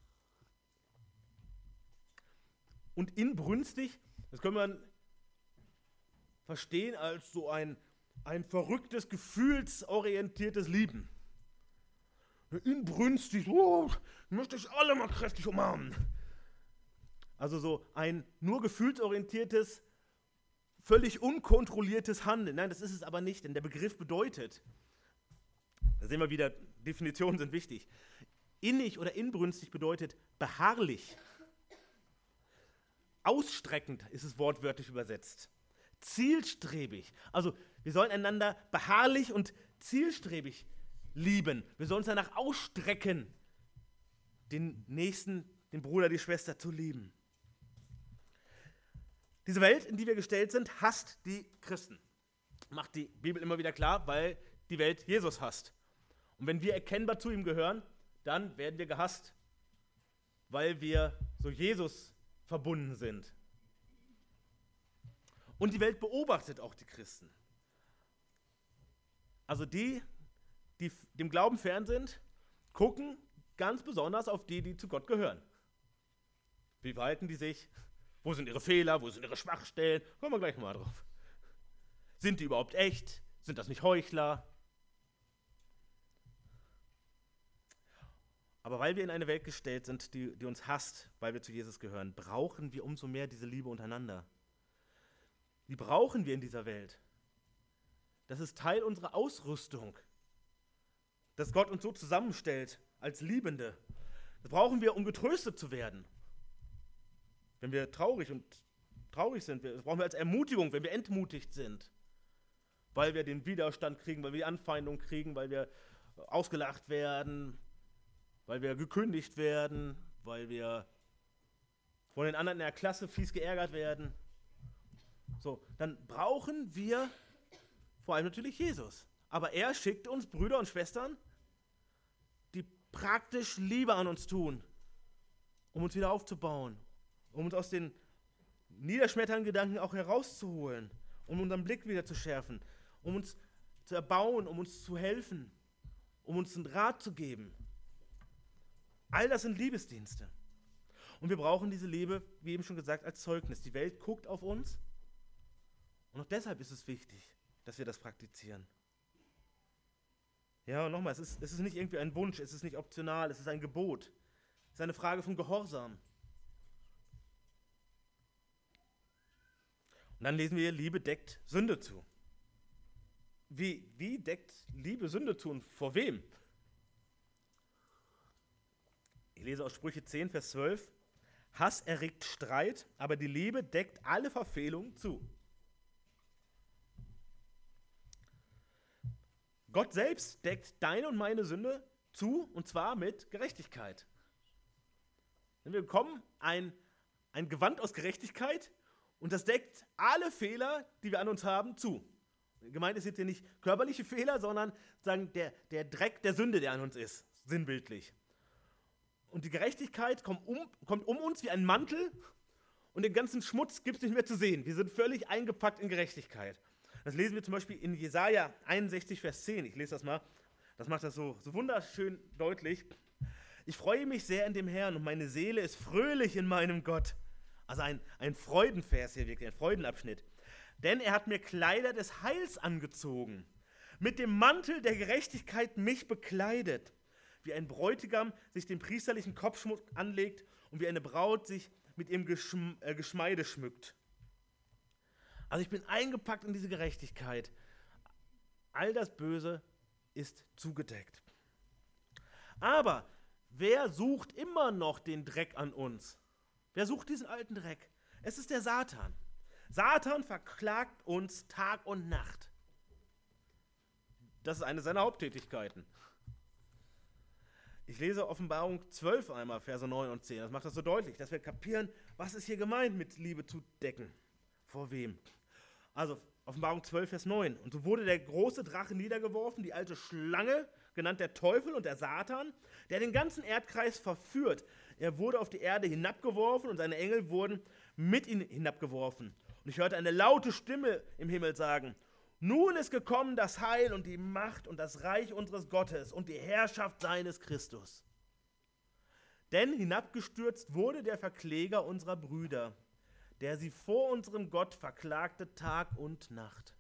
Und inbrünstig, das können wir verstehen als so ein, ein verrücktes, gefühlsorientiertes Lieben. Inbrünstig, oh, ich möchte euch alle mal kräftig umarmen. Also so ein nur gefühlsorientiertes, völlig unkontrolliertes Handeln. Nein, das ist es aber nicht, denn der Begriff bedeutet, da sehen wir wieder, Definitionen sind wichtig. Innig oder inbrünstig bedeutet beharrlich, Ausstreckend ist es wortwörtlich übersetzt. Zielstrebig. Also wir sollen einander beharrlich und zielstrebig lieben. Wir sollen uns danach ausstrecken, den Nächsten, den Bruder, die Schwester zu lieben. Diese Welt, in die wir gestellt sind, hasst die Christen. Macht die Bibel immer wieder klar, weil die Welt Jesus hasst. Und wenn wir erkennbar zu ihm gehören, dann werden wir gehasst, weil wir so Jesus verbunden sind. Und die Welt beobachtet auch die Christen. Also die, die dem Glauben fern sind, gucken ganz besonders auf die, die zu Gott gehören. Wie verhalten die sich? Wo sind ihre Fehler? Wo sind ihre Schwachstellen? Kommen wir gleich mal drauf. Sind die überhaupt echt? Sind das nicht Heuchler? Aber weil wir in eine Welt gestellt sind, die, die uns hasst, weil wir zu Jesus gehören, brauchen wir umso mehr diese Liebe untereinander. Die brauchen wir in dieser Welt. Das ist Teil unserer Ausrüstung, dass Gott uns so zusammenstellt als Liebende. Das brauchen wir, um getröstet zu werden. Wenn wir traurig und traurig sind, das brauchen wir als Ermutigung, wenn wir entmutigt sind, weil wir den Widerstand kriegen, weil wir die Anfeindung kriegen, weil wir ausgelacht werden, weil wir gekündigt werden, weil wir von den anderen in der Klasse fies geärgert werden. So, dann brauchen wir vor allem natürlich Jesus. Aber er schickt uns Brüder und Schwestern, die praktisch Liebe an uns tun, um uns wieder aufzubauen, um uns aus den niederschmetternden Gedanken auch herauszuholen, um unseren Blick wieder zu schärfen, um uns zu erbauen, um uns zu helfen, um uns einen Rat zu geben. All das sind Liebesdienste. Und wir brauchen diese Liebe, wie eben schon gesagt, als Zeugnis. Die Welt guckt auf uns und auch deshalb ist es wichtig, dass wir das praktizieren. Ja, und nochmal, es ist, es ist nicht irgendwie ein Wunsch, es ist nicht optional, es ist ein Gebot. Es ist eine Frage von Gehorsam. Und dann lesen wir, Liebe deckt Sünde zu. Wie, wie deckt Liebe Sünde zu und vor wem? Ich lese aus Sprüche zehn, Vers zwölf. Hass erregt Streit, aber die Liebe deckt alle Verfehlungen zu. Gott selbst deckt deine und meine Sünde zu, und zwar mit Gerechtigkeit. Denn wir bekommen ein, ein Gewand aus Gerechtigkeit und das deckt alle Fehler, die wir an uns haben, zu. Gemeint ist jetzt hier nicht körperliche Fehler, sondern sagen, der, der Dreck der Sünde, der an uns ist, sinnbildlich. Und die Gerechtigkeit kommt um, kommt um uns wie ein Mantel und den ganzen Schmutz gibt es nicht mehr zu sehen. Wir sind völlig eingepackt in Gerechtigkeit. Das lesen wir zum Beispiel in Jesaja einundsechzig, Vers zehn. Ich lese das mal. Das macht das so, so wunderschön deutlich. Ich freue mich sehr in dem Herrn und meine Seele ist fröhlich in meinem Gott. Also ein, ein Freudenvers hier wirklich, ein Freudenabschnitt. Denn er hat mir Kleider des Heils angezogen, mit dem Mantel der Gerechtigkeit mich bekleidet, wie ein Bräutigam sich den priesterlichen Kopfschmuck anlegt und wie eine Braut sich mit ihrem Geschm- äh, Geschmeide schmückt. Also ich bin eingepackt in diese Gerechtigkeit. All das Böse ist zugedeckt. Aber wer sucht immer noch den Dreck an uns? Wer sucht diesen alten Dreck? Es ist der Satan. Satan verklagt uns Tag und Nacht. Das ist eine seiner Haupttätigkeiten. Ich lese Offenbarung zwölf einmal, Verse neun und zehn. Das macht das so deutlich, dass wir kapieren, was ist hier gemeint mit Liebe zu decken. Vor wem? Also Offenbarung zwölf, Vers neun. Und so wurde der große Drache niedergeworfen, die alte Schlange, genannt der Teufel und der Satan, der den ganzen Erdkreis verführt. Er wurde auf die Erde hinabgeworfen und seine Engel wurden mit ihm hinabgeworfen. Und ich hörte eine laute Stimme im Himmel sagen, nun ist gekommen das Heil und die Macht und das Reich unseres Gottes und die Herrschaft seines Christus. Denn hinabgestürzt wurde der Verkläger unserer Brüder, der sie vor unserem Gott verklagte Tag und Nacht.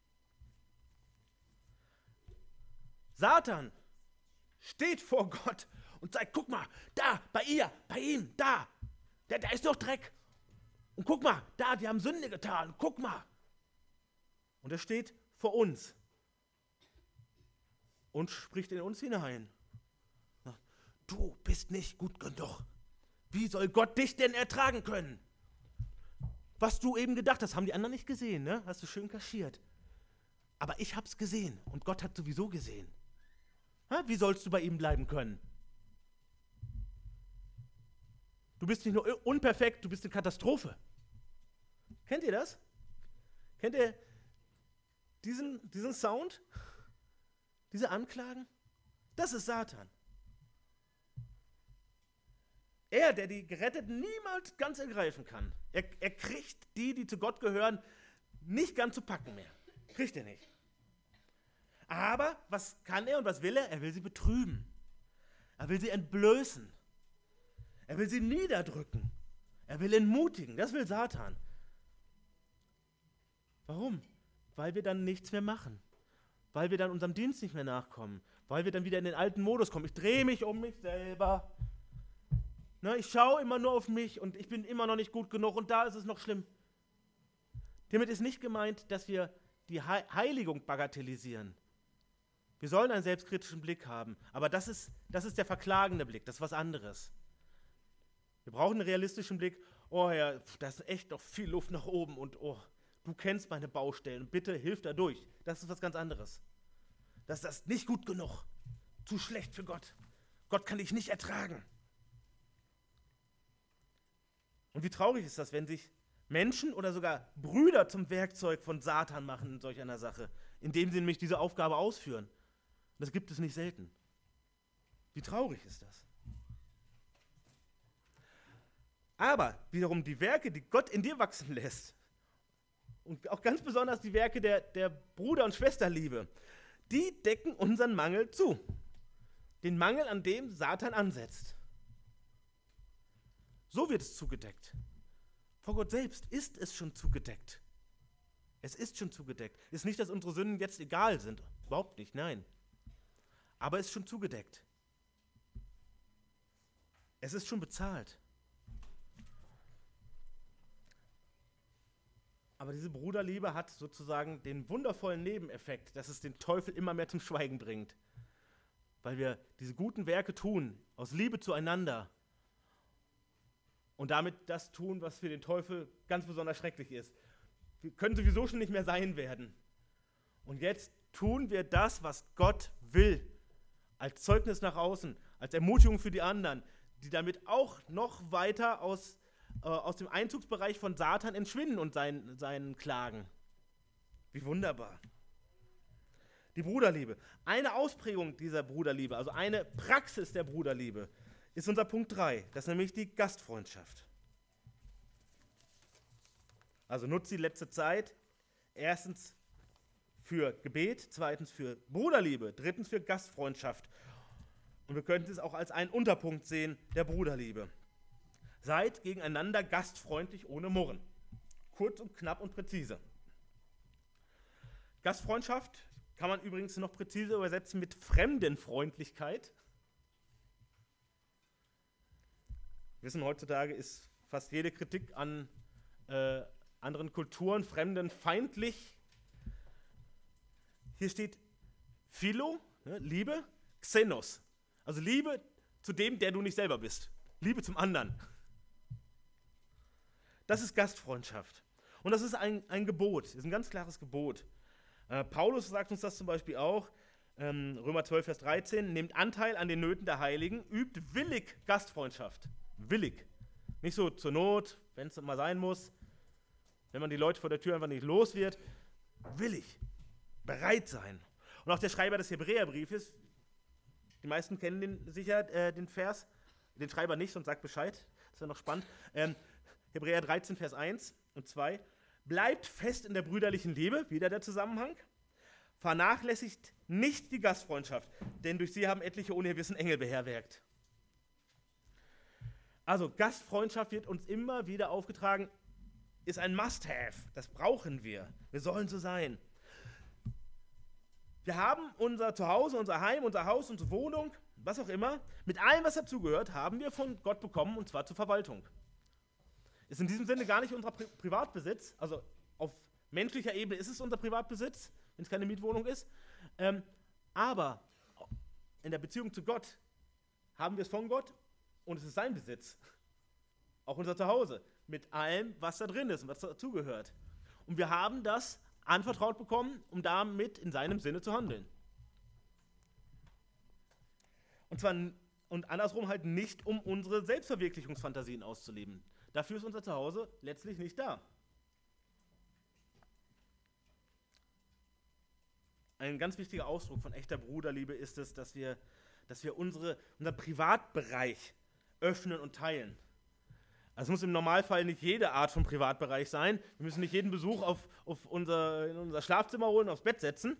Satan steht vor Gott und sagt, guck mal, da, bei ihr, bei ihm, da, da, da ist doch Dreck. Und guck mal, da, die haben Sünde getan, guck mal. Und er steht vor uns und spricht in uns hinein. Du bist nicht gut genug. Wie soll Gott dich denn ertragen können? Was du eben gedacht hast, haben die anderen nicht gesehen, ne? Hast du schön kaschiert. Aber ich hab's gesehen und Gott hat sowieso gesehen. Ha? Wie sollst du bei ihm bleiben können? Du bist nicht nur unperfekt, du bist eine Katastrophe. Kennt ihr das? Kennt ihr diesen, diesen Sound? Diese Anklagen? Das ist Satan. Er, der die Geretteten niemals ganz ergreifen kann. Er, er kriegt die, die zu Gott gehören, nicht ganz zu packen mehr. Kriegt er nicht. Aber was kann er und was will er? Er will sie betrüben. Er will sie entblößen. Er will sie niederdrücken. Er will entmutigen. Das will Satan. Warum? Weil wir dann nichts mehr machen. Weil wir dann unserem Dienst nicht mehr nachkommen. Weil wir dann wieder in den alten Modus kommen. Ich drehe mich um mich selber. Ne, ich schaue immer nur auf mich und ich bin immer noch nicht gut genug und da ist es noch schlimm. Damit ist nicht gemeint, dass wir die Heiligung bagatellisieren. Wir sollen einen selbstkritischen Blick haben, aber das ist, das ist der verklagende Blick, das ist was anderes. Wir brauchen einen realistischen Blick. Oh ja, da ist echt noch viel Luft nach oben und oh, du kennst meine Baustellen, bitte hilf da durch. Das ist was ganz anderes. Das ist nicht gut genug, zu schlecht für Gott. Gott kann dich nicht ertragen. Und wie traurig ist das, wenn sich Menschen oder sogar Brüder zum Werkzeug von Satan machen in solch einer Sache, indem sie nämlich diese Aufgabe ausführen. Das gibt es nicht selten. Wie traurig ist das? Aber wiederum die Werke, die Gott in dir wachsen lässt, und auch ganz besonders die Werke der, der Bruder- und Schwesterliebe, die decken unseren Mangel zu. Den Mangel, an dem Satan ansetzt. So wird es zugedeckt. Vor Gott selbst ist es schon zugedeckt. Es ist schon zugedeckt. Es ist nicht, dass unsere Sünden jetzt egal sind. Überhaupt nicht, nein. Aber es ist schon zugedeckt. Es ist schon bezahlt. Aber diese Bruderliebe hat sozusagen den wundervollen Nebeneffekt, dass es den Teufel immer mehr zum Schweigen bringt. Weil wir diese guten Werke tun, aus Liebe zueinander. Und damit das tun, was für den Teufel ganz besonders schrecklich ist. Wir können sowieso schon nicht mehr sein werden. Und jetzt tun wir das, was Gott will. Als Zeugnis nach außen, als Ermutigung für die anderen, die damit auch noch weiter aus, äh, aus dem Einzugsbereich von Satan entschwinden und sein, seinen Klagen. Wie wunderbar. Die Bruderliebe. Eine Ausprägung dieser Bruderliebe, also eine Praxis der Bruderliebe, ist unser Punkt drei. Das ist nämlich die Gastfreundschaft. Also nutzt die letzte Zeit erstens für Gebet, zweitens für Bruderliebe, drittens für Gastfreundschaft. Und wir könnten es auch als einen Unterpunkt sehen der Bruderliebe. Seid gegeneinander gastfreundlich ohne Murren. Kurz und knapp und präzise. Gastfreundschaft kann man übrigens noch präzise übersetzen mit Fremdenfreundlichkeit. Wir wissen, heutzutage ist fast jede Kritik an äh, anderen Kulturen fremdenfeindlich. Hier steht Philo, ne, Liebe, Xenos. Also Liebe zu dem, der du nicht selber bist. Liebe zum anderen. Das ist Gastfreundschaft. Und das ist ein, ein Gebot, das ist ein ganz klares Gebot. Äh, Paulus sagt uns das zum Beispiel auch, ähm, Römer zwölf, Vers dreizehn, nehmt Anteil an den Nöten der Heiligen, übt willig Gastfreundschaft. Willig. Nicht so zur Not, wenn es mal sein muss, wenn man die Leute vor der Tür einfach nicht los wird. Willig. Bereit sein. Und auch der Schreiber des Hebräerbriefes, die meisten kennen den sicher, äh, den Vers, den Schreiber nicht, sonst sagt Bescheid, das ist ja noch spannend. Ähm, Hebräer dreizehn, Vers eins und zwei. Bleibt fest in der brüderlichen Liebe, wieder der Zusammenhang. Vernachlässigt nicht die Gastfreundschaft, denn durch sie haben etliche ohne ihr Wissen Engel beherbergt. Also Gastfreundschaft wird uns immer wieder aufgetragen, ist ein Must-Have, das brauchen wir. Wir sollen so sein. Wir haben unser Zuhause, unser Heim, unser Haus, unsere Wohnung, was auch immer, mit allem, was dazugehört, haben wir von Gott bekommen, und zwar zur Verwaltung. Ist in diesem Sinne gar nicht unser Pri- Privatbesitz, also auf menschlicher Ebene ist es unser Privatbesitz, wenn es keine Mietwohnung ist, ähm, aber in der Beziehung zu Gott haben wir es von Gott und es ist sein Besitz. Auch unser Zuhause. mit allem, was da drin ist und was dazugehört. Und wir haben das anvertraut bekommen, um damit in seinem Sinne zu handeln. Und zwar und andersrum halt nicht, um unsere Selbstverwirklichungsfantasien auszuleben. Dafür ist unser Zuhause letztlich nicht da. Ein ganz wichtiger Ausdruck von echter Bruderliebe ist es, dass wir, dass wir unsere, unseren Privatbereich öffnen und teilen. Also es muss im Normalfall nicht jede Art von Privatbereich sein. Wir müssen nicht jeden Besuch auf, auf unser, in unser Schlafzimmer holen, aufs Bett setzen.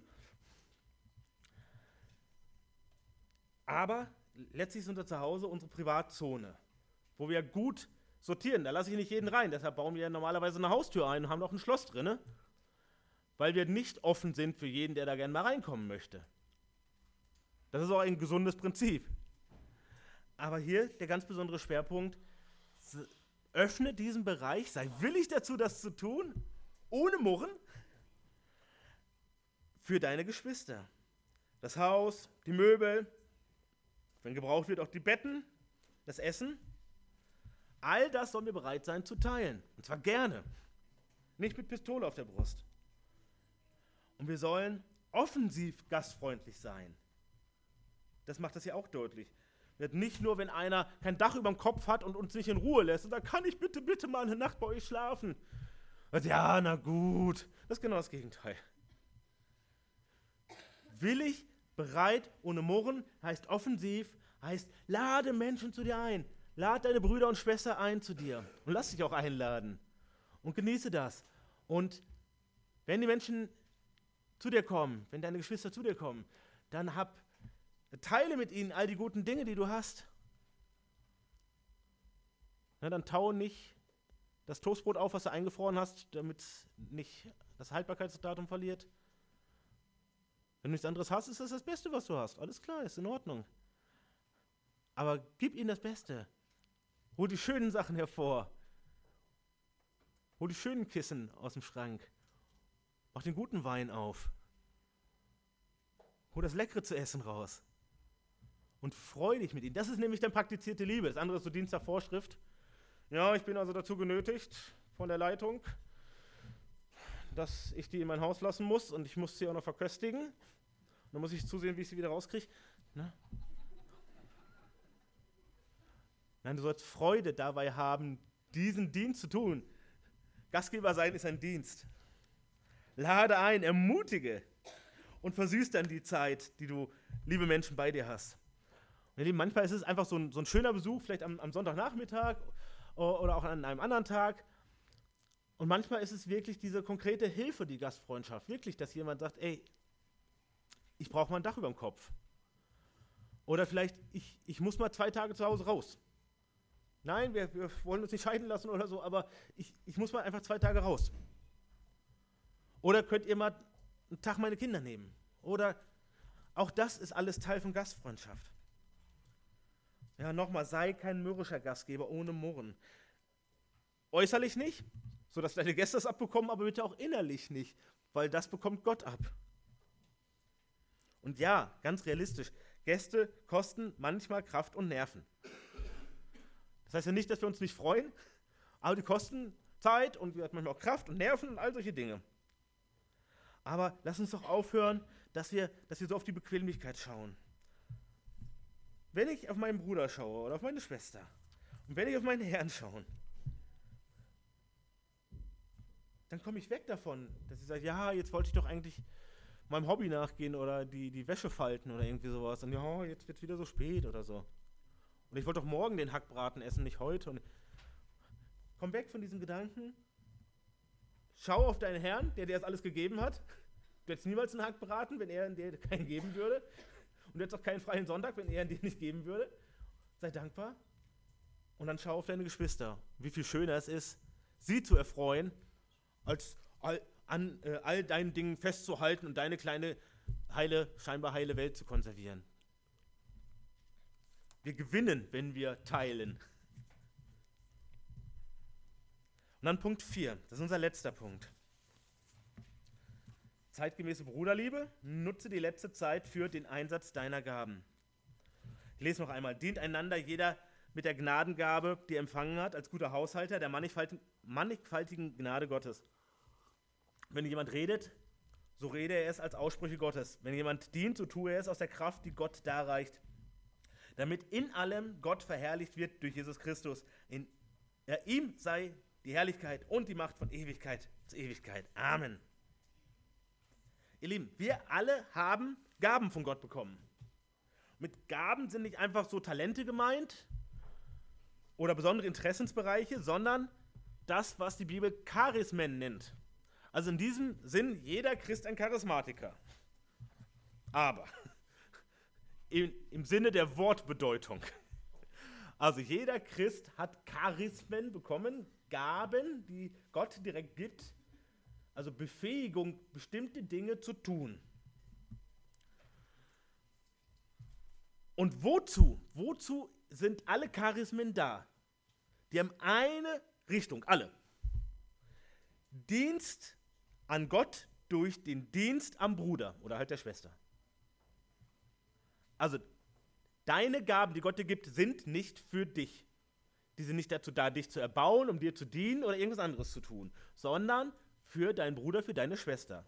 Aber letztlich ist unser Zuhause unsere Privatzone, wo wir gut sortieren. Da lasse ich nicht jeden rein. Deshalb bauen wir normalerweise eine Haustür ein und haben noch ein Schloss drin, weil wir nicht offen sind für jeden, der da gerne mal reinkommen möchte. Das ist auch ein gesundes Prinzip. Aber hier der ganz besondere Schwerpunkt: öffne diesen Bereich, sei willig dazu, das zu tun, ohne Murren, für deine Geschwister. Das Haus, die Möbel, wenn gebraucht wird, auch die Betten, das Essen. All das sollen wir bereit sein zu teilen. Und zwar gerne. Nicht mit Pistole auf der Brust. Und wir sollen offensiv gastfreundlich sein. Das macht das ja auch deutlich. Nicht nur, wenn einer kein Dach über dem Kopf hat und uns nicht in Ruhe lässt und sagt, kann ich bitte, bitte mal eine Nacht bei euch schlafen? Und ja, na gut. Das ist genau das Gegenteil. Willig, bereit, ohne Murren, heißt offensiv, heißt lade Menschen zu dir ein. Lade deine Brüder und Schwestern ein zu dir. Und lass dich auch einladen. Und genieße das. Und wenn die Menschen zu dir kommen, wenn deine Geschwister zu dir kommen, dann hab teile mit ihnen all die guten Dinge, die du hast. Na, dann taue nicht das Toastbrot auf, was du eingefroren hast, damit nicht das Haltbarkeitsdatum verliert. Wenn du nichts anderes hast, ist das das Beste, was du hast. Alles klar, ist in Ordnung. Aber gib ihnen das Beste. Hol die schönen Sachen hervor. Hol die schönen Kissen aus dem Schrank. Mach den guten Wein auf. Hol das Leckere zu essen raus. Und freu dich mit ihnen. Das ist nämlich dann praktizierte Liebe. Das andere ist so Dienst nach Vorschrift. Ja, ich bin also dazu genötigt von der Leitung, dass ich die in mein Haus lassen muss und ich muss sie auch noch verköstigen. Und dann muss ich zusehen, wie ich sie wieder rauskriege. Ne? Nein, du sollst Freude dabei haben, diesen Dienst zu tun. Gastgeber sein ist ein Dienst. Lade ein, ermutige und versüß dann die Zeit, die du, liebe Menschen, bei dir hast. Und manchmal ist es einfach so ein, so ein schöner Besuch, vielleicht am, am Sonntagnachmittag oder auch an einem anderen Tag. Und manchmal ist es wirklich diese konkrete Hilfe, die Gastfreundschaft. Wirklich, dass jemand sagt, ey, ich brauche mal ein Dach über dem Kopf. Oder vielleicht, ich, ich muss mal zwei Tage zu Hause raus. Nein, wir, wir wollen uns nicht scheiden lassen oder so, aber ich, ich muss mal einfach zwei Tage raus. Oder könnt ihr mal einen Tag meine Kinder nehmen? Oder auch das ist alles Teil von Gastfreundschaft. Ja, nochmal, sei kein mürrischer Gastgeber ohne Murren. Äußerlich nicht, sodass deine Gäste das abbekommen, aber bitte auch innerlich nicht, weil das bekommt Gott ab. Und ja, ganz realistisch, Gäste kosten manchmal Kraft und Nerven. Das heißt ja nicht, dass wir uns nicht freuen, aber die kosten Zeit und wir haben manchmal auch Kraft und Nerven und all solche Dinge. Aber lass uns doch aufhören, dass wir, dass wir so auf die Bequemlichkeit schauen. Wenn ich auf meinen Bruder schaue oder auf meine Schwester und wenn ich auf meinen Herrn schaue, dann komme ich weg davon, dass ich sage, ja, jetzt wollte ich doch eigentlich meinem Hobby nachgehen oder die, die Wäsche falten oder irgendwie sowas. Und ja, jetzt wird es wieder so spät oder so. Und ich wollte doch morgen den Hackbraten essen, nicht heute. Und komm weg von diesem Gedanken. Schau auf deinen Herrn, der dir das alles gegeben hat. Du hättest niemals einen Hackbraten, wenn er dir keinen geben würde. Und du hättest auch keinen freien Sonntag, wenn er ihn dir nicht geben würde. Sei dankbar. Und dann schau auf deine Geschwister. Wie viel schöner es ist, sie zu erfreuen, als all, an äh, all deinen Dingen festzuhalten und deine kleine, heile, scheinbar heile Welt zu konservieren. Wir gewinnen, wenn wir teilen. Und dann Punkt vier, das ist unser letzter Punkt. Zeitgemäße Bruderliebe, nutze die letzte Zeit für den Einsatz deiner Gaben. Ich lese noch einmal, dient einander jeder mit der Gnadengabe, die er empfangen hat, als guter Haushalter der mannigfaltigen, mannigfaltigen Gnade Gottes. Wenn jemand redet, so rede er es als Aussprüche Gottes. Wenn jemand dient, so tue er es aus der Kraft, die Gott darreicht, damit in allem Gott verherrlicht wird durch Jesus Christus. In ja, ihm sei die Herrlichkeit und die Macht von Ewigkeit zu Ewigkeit. Amen. Ihr Lieben, wir alle haben Gaben von Gott bekommen. Mit Gaben sind nicht einfach so Talente gemeint oder besondere Interessensbereiche, sondern das, was die Bibel Charismen nennt. Also in diesem Sinn, jeder Christ ein Charismatiker. Aber im, im Sinne der Wortbedeutung. Also jeder Christ hat Charismen bekommen, Gaben, die Gott direkt gibt, also Befähigung, bestimmte Dinge zu tun. Und wozu? Wozu sind alle Charismen da? Die haben eine Richtung, alle. Dienst an Gott durch den Dienst am Bruder oder halt der Schwester. Also deine Gaben, die Gott dir gibt, sind nicht für dich. Die sind nicht dazu da, dich zu erbauen, um dir zu dienen oder irgendwas anderes zu tun, sondern für deinen Bruder, für deine Schwester.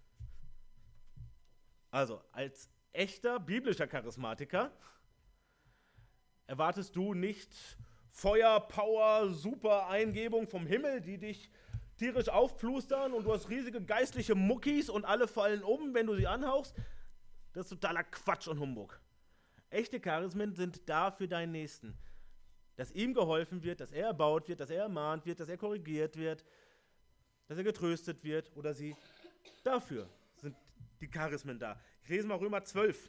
Also als echter biblischer Charismatiker erwartest du nicht Feuer, Power, super Eingebung vom Himmel, die dich tierisch aufplustern und du hast riesige geistliche Muckis und alle fallen um, wenn du sie anhauchst. Das ist totaler Quatsch und Humbug. Echte Charismen sind da für deinen Nächsten. Dass ihm geholfen wird, dass er erbaut wird, dass er ermahnt wird, dass er korrigiert wird, dass er getröstet wird oder sie. Dafür sind die Charismen da. Ich lese mal Römer zwölf.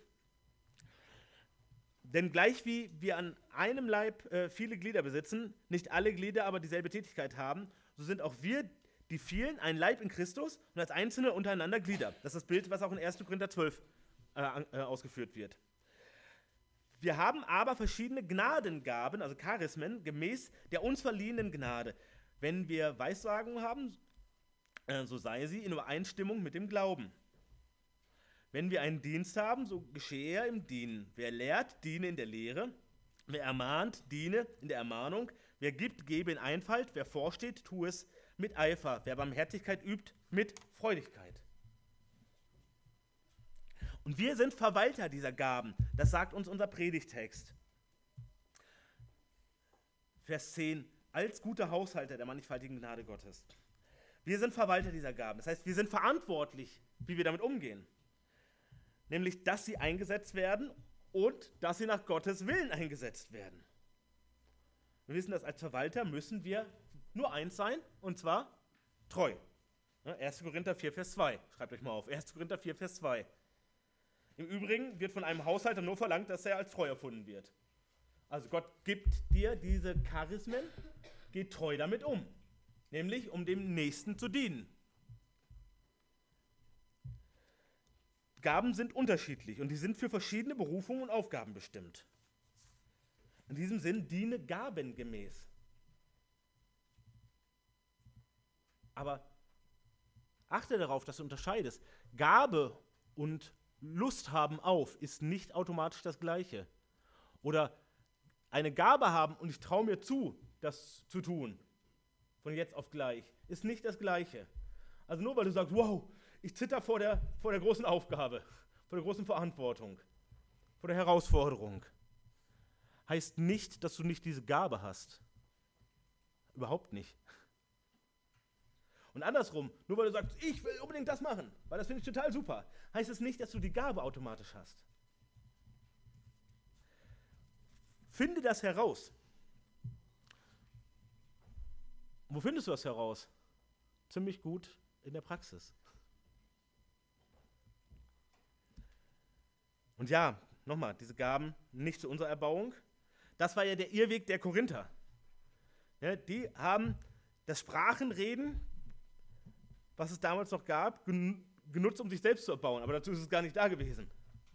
Denn gleich wie wir an einem Leib äh, viele Glieder besitzen, nicht alle Glieder aber dieselbe Tätigkeit haben, so sind auch wir, die vielen, ein Leib in Christus und als Einzelne untereinander Glieder. Das ist das Bild, was auch in erster Korinther zwölf äh, äh, ausgeführt wird. Wir haben aber verschiedene Gnadengaben, also Charismen, gemäß der uns verliehenen Gnade. Wenn wir Weissagung haben, äh, so sei sie in Übereinstimmung mit dem Glauben. Wenn wir einen Dienst haben, so geschehe er im Dienen. Wer lehrt, diene in der Lehre. Wer ermahnt, diene in der Ermahnung. Wer gibt, gebe in Einfalt. Wer vorsteht, tue es mit Eifer. Wer Barmherzigkeit übt, mit Freudigkeit. Und wir sind Verwalter dieser Gaben. Das sagt uns unser Predigtext. Vers zehn. Als gute Haushalter der mannigfaltigen Gnade Gottes. Wir sind Verwalter dieser Gaben. Das heißt, wir sind verantwortlich, wie wir damit umgehen. Nämlich, dass sie eingesetzt werden und dass sie nach Gottes Willen eingesetzt werden. Wir wissen, dass als Verwalter müssen wir nur eins sein, und zwar treu. erster Korinther vier, Vers zwei. Schreibt euch mal auf. erster Korinther vier, Vers zwei. Im Übrigen wird von einem Haushalter nur verlangt, dass er als treu erfunden wird. Also Gott gibt dir diese Charismen, geht treu damit um. Nämlich, um dem Nächsten zu dienen. Gaben sind unterschiedlich und die sind für verschiedene Berufungen und Aufgaben bestimmt. In diesem Sinn diene gabengemäß. Aber achte darauf, dass du unterscheidest. Gabe und Lust haben auf ist nicht automatisch das Gleiche. Oder eine Gabe haben und ich traue mir zu, das zu tun, von jetzt auf gleich, ist nicht das Gleiche. Also nur weil du sagst, wow, ich zitter vor der, vor der großen Aufgabe, vor der großen Verantwortung, vor der Herausforderung, heißt nicht, dass du nicht diese Gabe hast. Überhaupt nicht. Und andersrum, nur weil du sagst, ich will unbedingt das machen, weil das finde ich total super, heißt es nicht, dass du die Gabe automatisch hast. Finde das heraus. Und wo findest du das heraus? Ziemlich gut in der Praxis. Und ja, nochmal, diese Gaben nicht zu unserer Erbauung. Das war ja der Irrweg der Korinther. Ja, die haben das Sprachenreden, was es damals noch gab, genutzt, um sich selbst zu erbauen. Aber dazu ist es gar nicht da gewesen.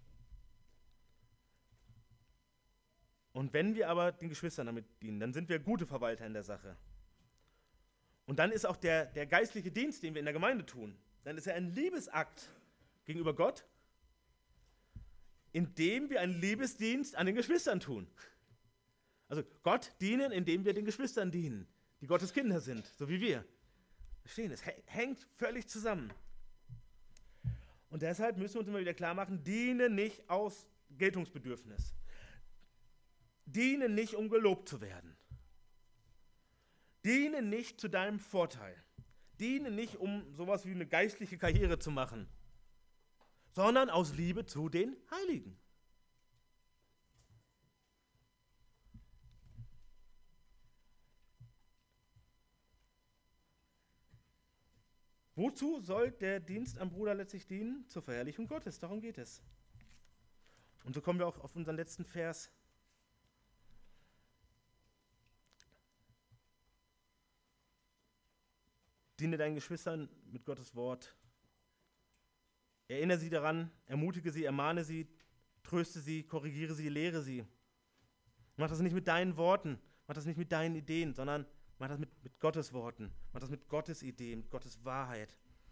Und wenn wir aber den Geschwistern damit dienen, dann sind wir gute Verwalter in der Sache. Und dann ist auch der, der geistliche Dienst, den wir in der Gemeinde tun, dann ist er ein Liebesakt gegenüber Gott, indem wir einen Liebesdienst an den Geschwistern tun. Also Gott dienen, indem wir den Geschwistern dienen, die Gottes Kinder sind, so wie wir. Verstehen, es hängt völlig zusammen. Und deshalb müssen wir uns immer wieder klar machen, diene nicht aus Geltungsbedürfnis. Diene nicht, um gelobt zu werden. Diene nicht zu deinem Vorteil. Diene nicht, um sowas wie eine geistliche Karriere zu machen, sondern aus Liebe zu den Heiligen. Wozu soll der Dienst am Bruder letztlich dienen? Zur Verherrlichung Gottes, darum geht es. Und so kommen wir auch auf unseren letzten Vers. Diene deinen Geschwistern mit Gottes Wort. Erinnere sie daran, ermutige sie, ermahne sie, tröste sie, korrigiere sie, lehre sie. Mach das nicht mit deinen Worten, mach das nicht mit deinen Ideen, sondern mach das mit, mit Gottes Worten, mach das mit Gottes Ideen, mit Gottes Wahrheit.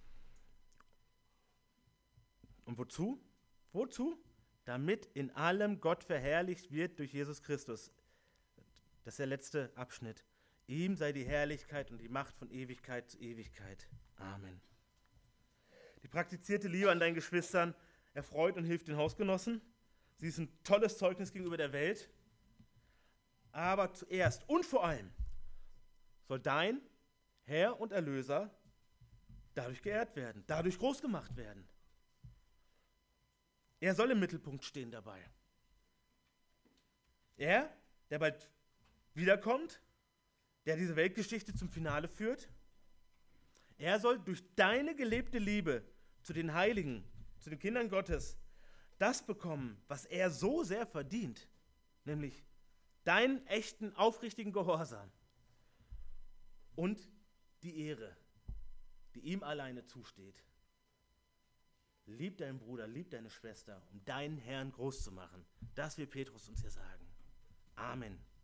Und wozu? Wozu? Damit in allem Gott verherrlicht wird durch Jesus Christus. Das ist der letzte Abschnitt. Ihm sei die Herrlichkeit und die Macht von Ewigkeit zu Ewigkeit. Amen. Die praktizierte Liebe an deinen Geschwistern erfreut und hilft den Hausgenossen. Sie ist ein tolles Zeugnis gegenüber der Welt. Aber zuerst und vor allem soll dein Herr und Erlöser dadurch geehrt werden, dadurch groß gemacht werden. Er soll im Mittelpunkt stehen dabei. Er, der bald wiederkommt, der diese Weltgeschichte zum Finale führt, er soll durch deine gelebte Liebe zu den Heiligen, zu den Kindern Gottes, das bekommen, was er so sehr verdient, nämlich deinen echten, aufrichtigen Gehorsam und die Ehre, die ihm alleine zusteht. Lieb deinen Bruder, lieb deine Schwester, um deinen Herrn groß zu machen. Das will Petrus uns hier sagen. Amen.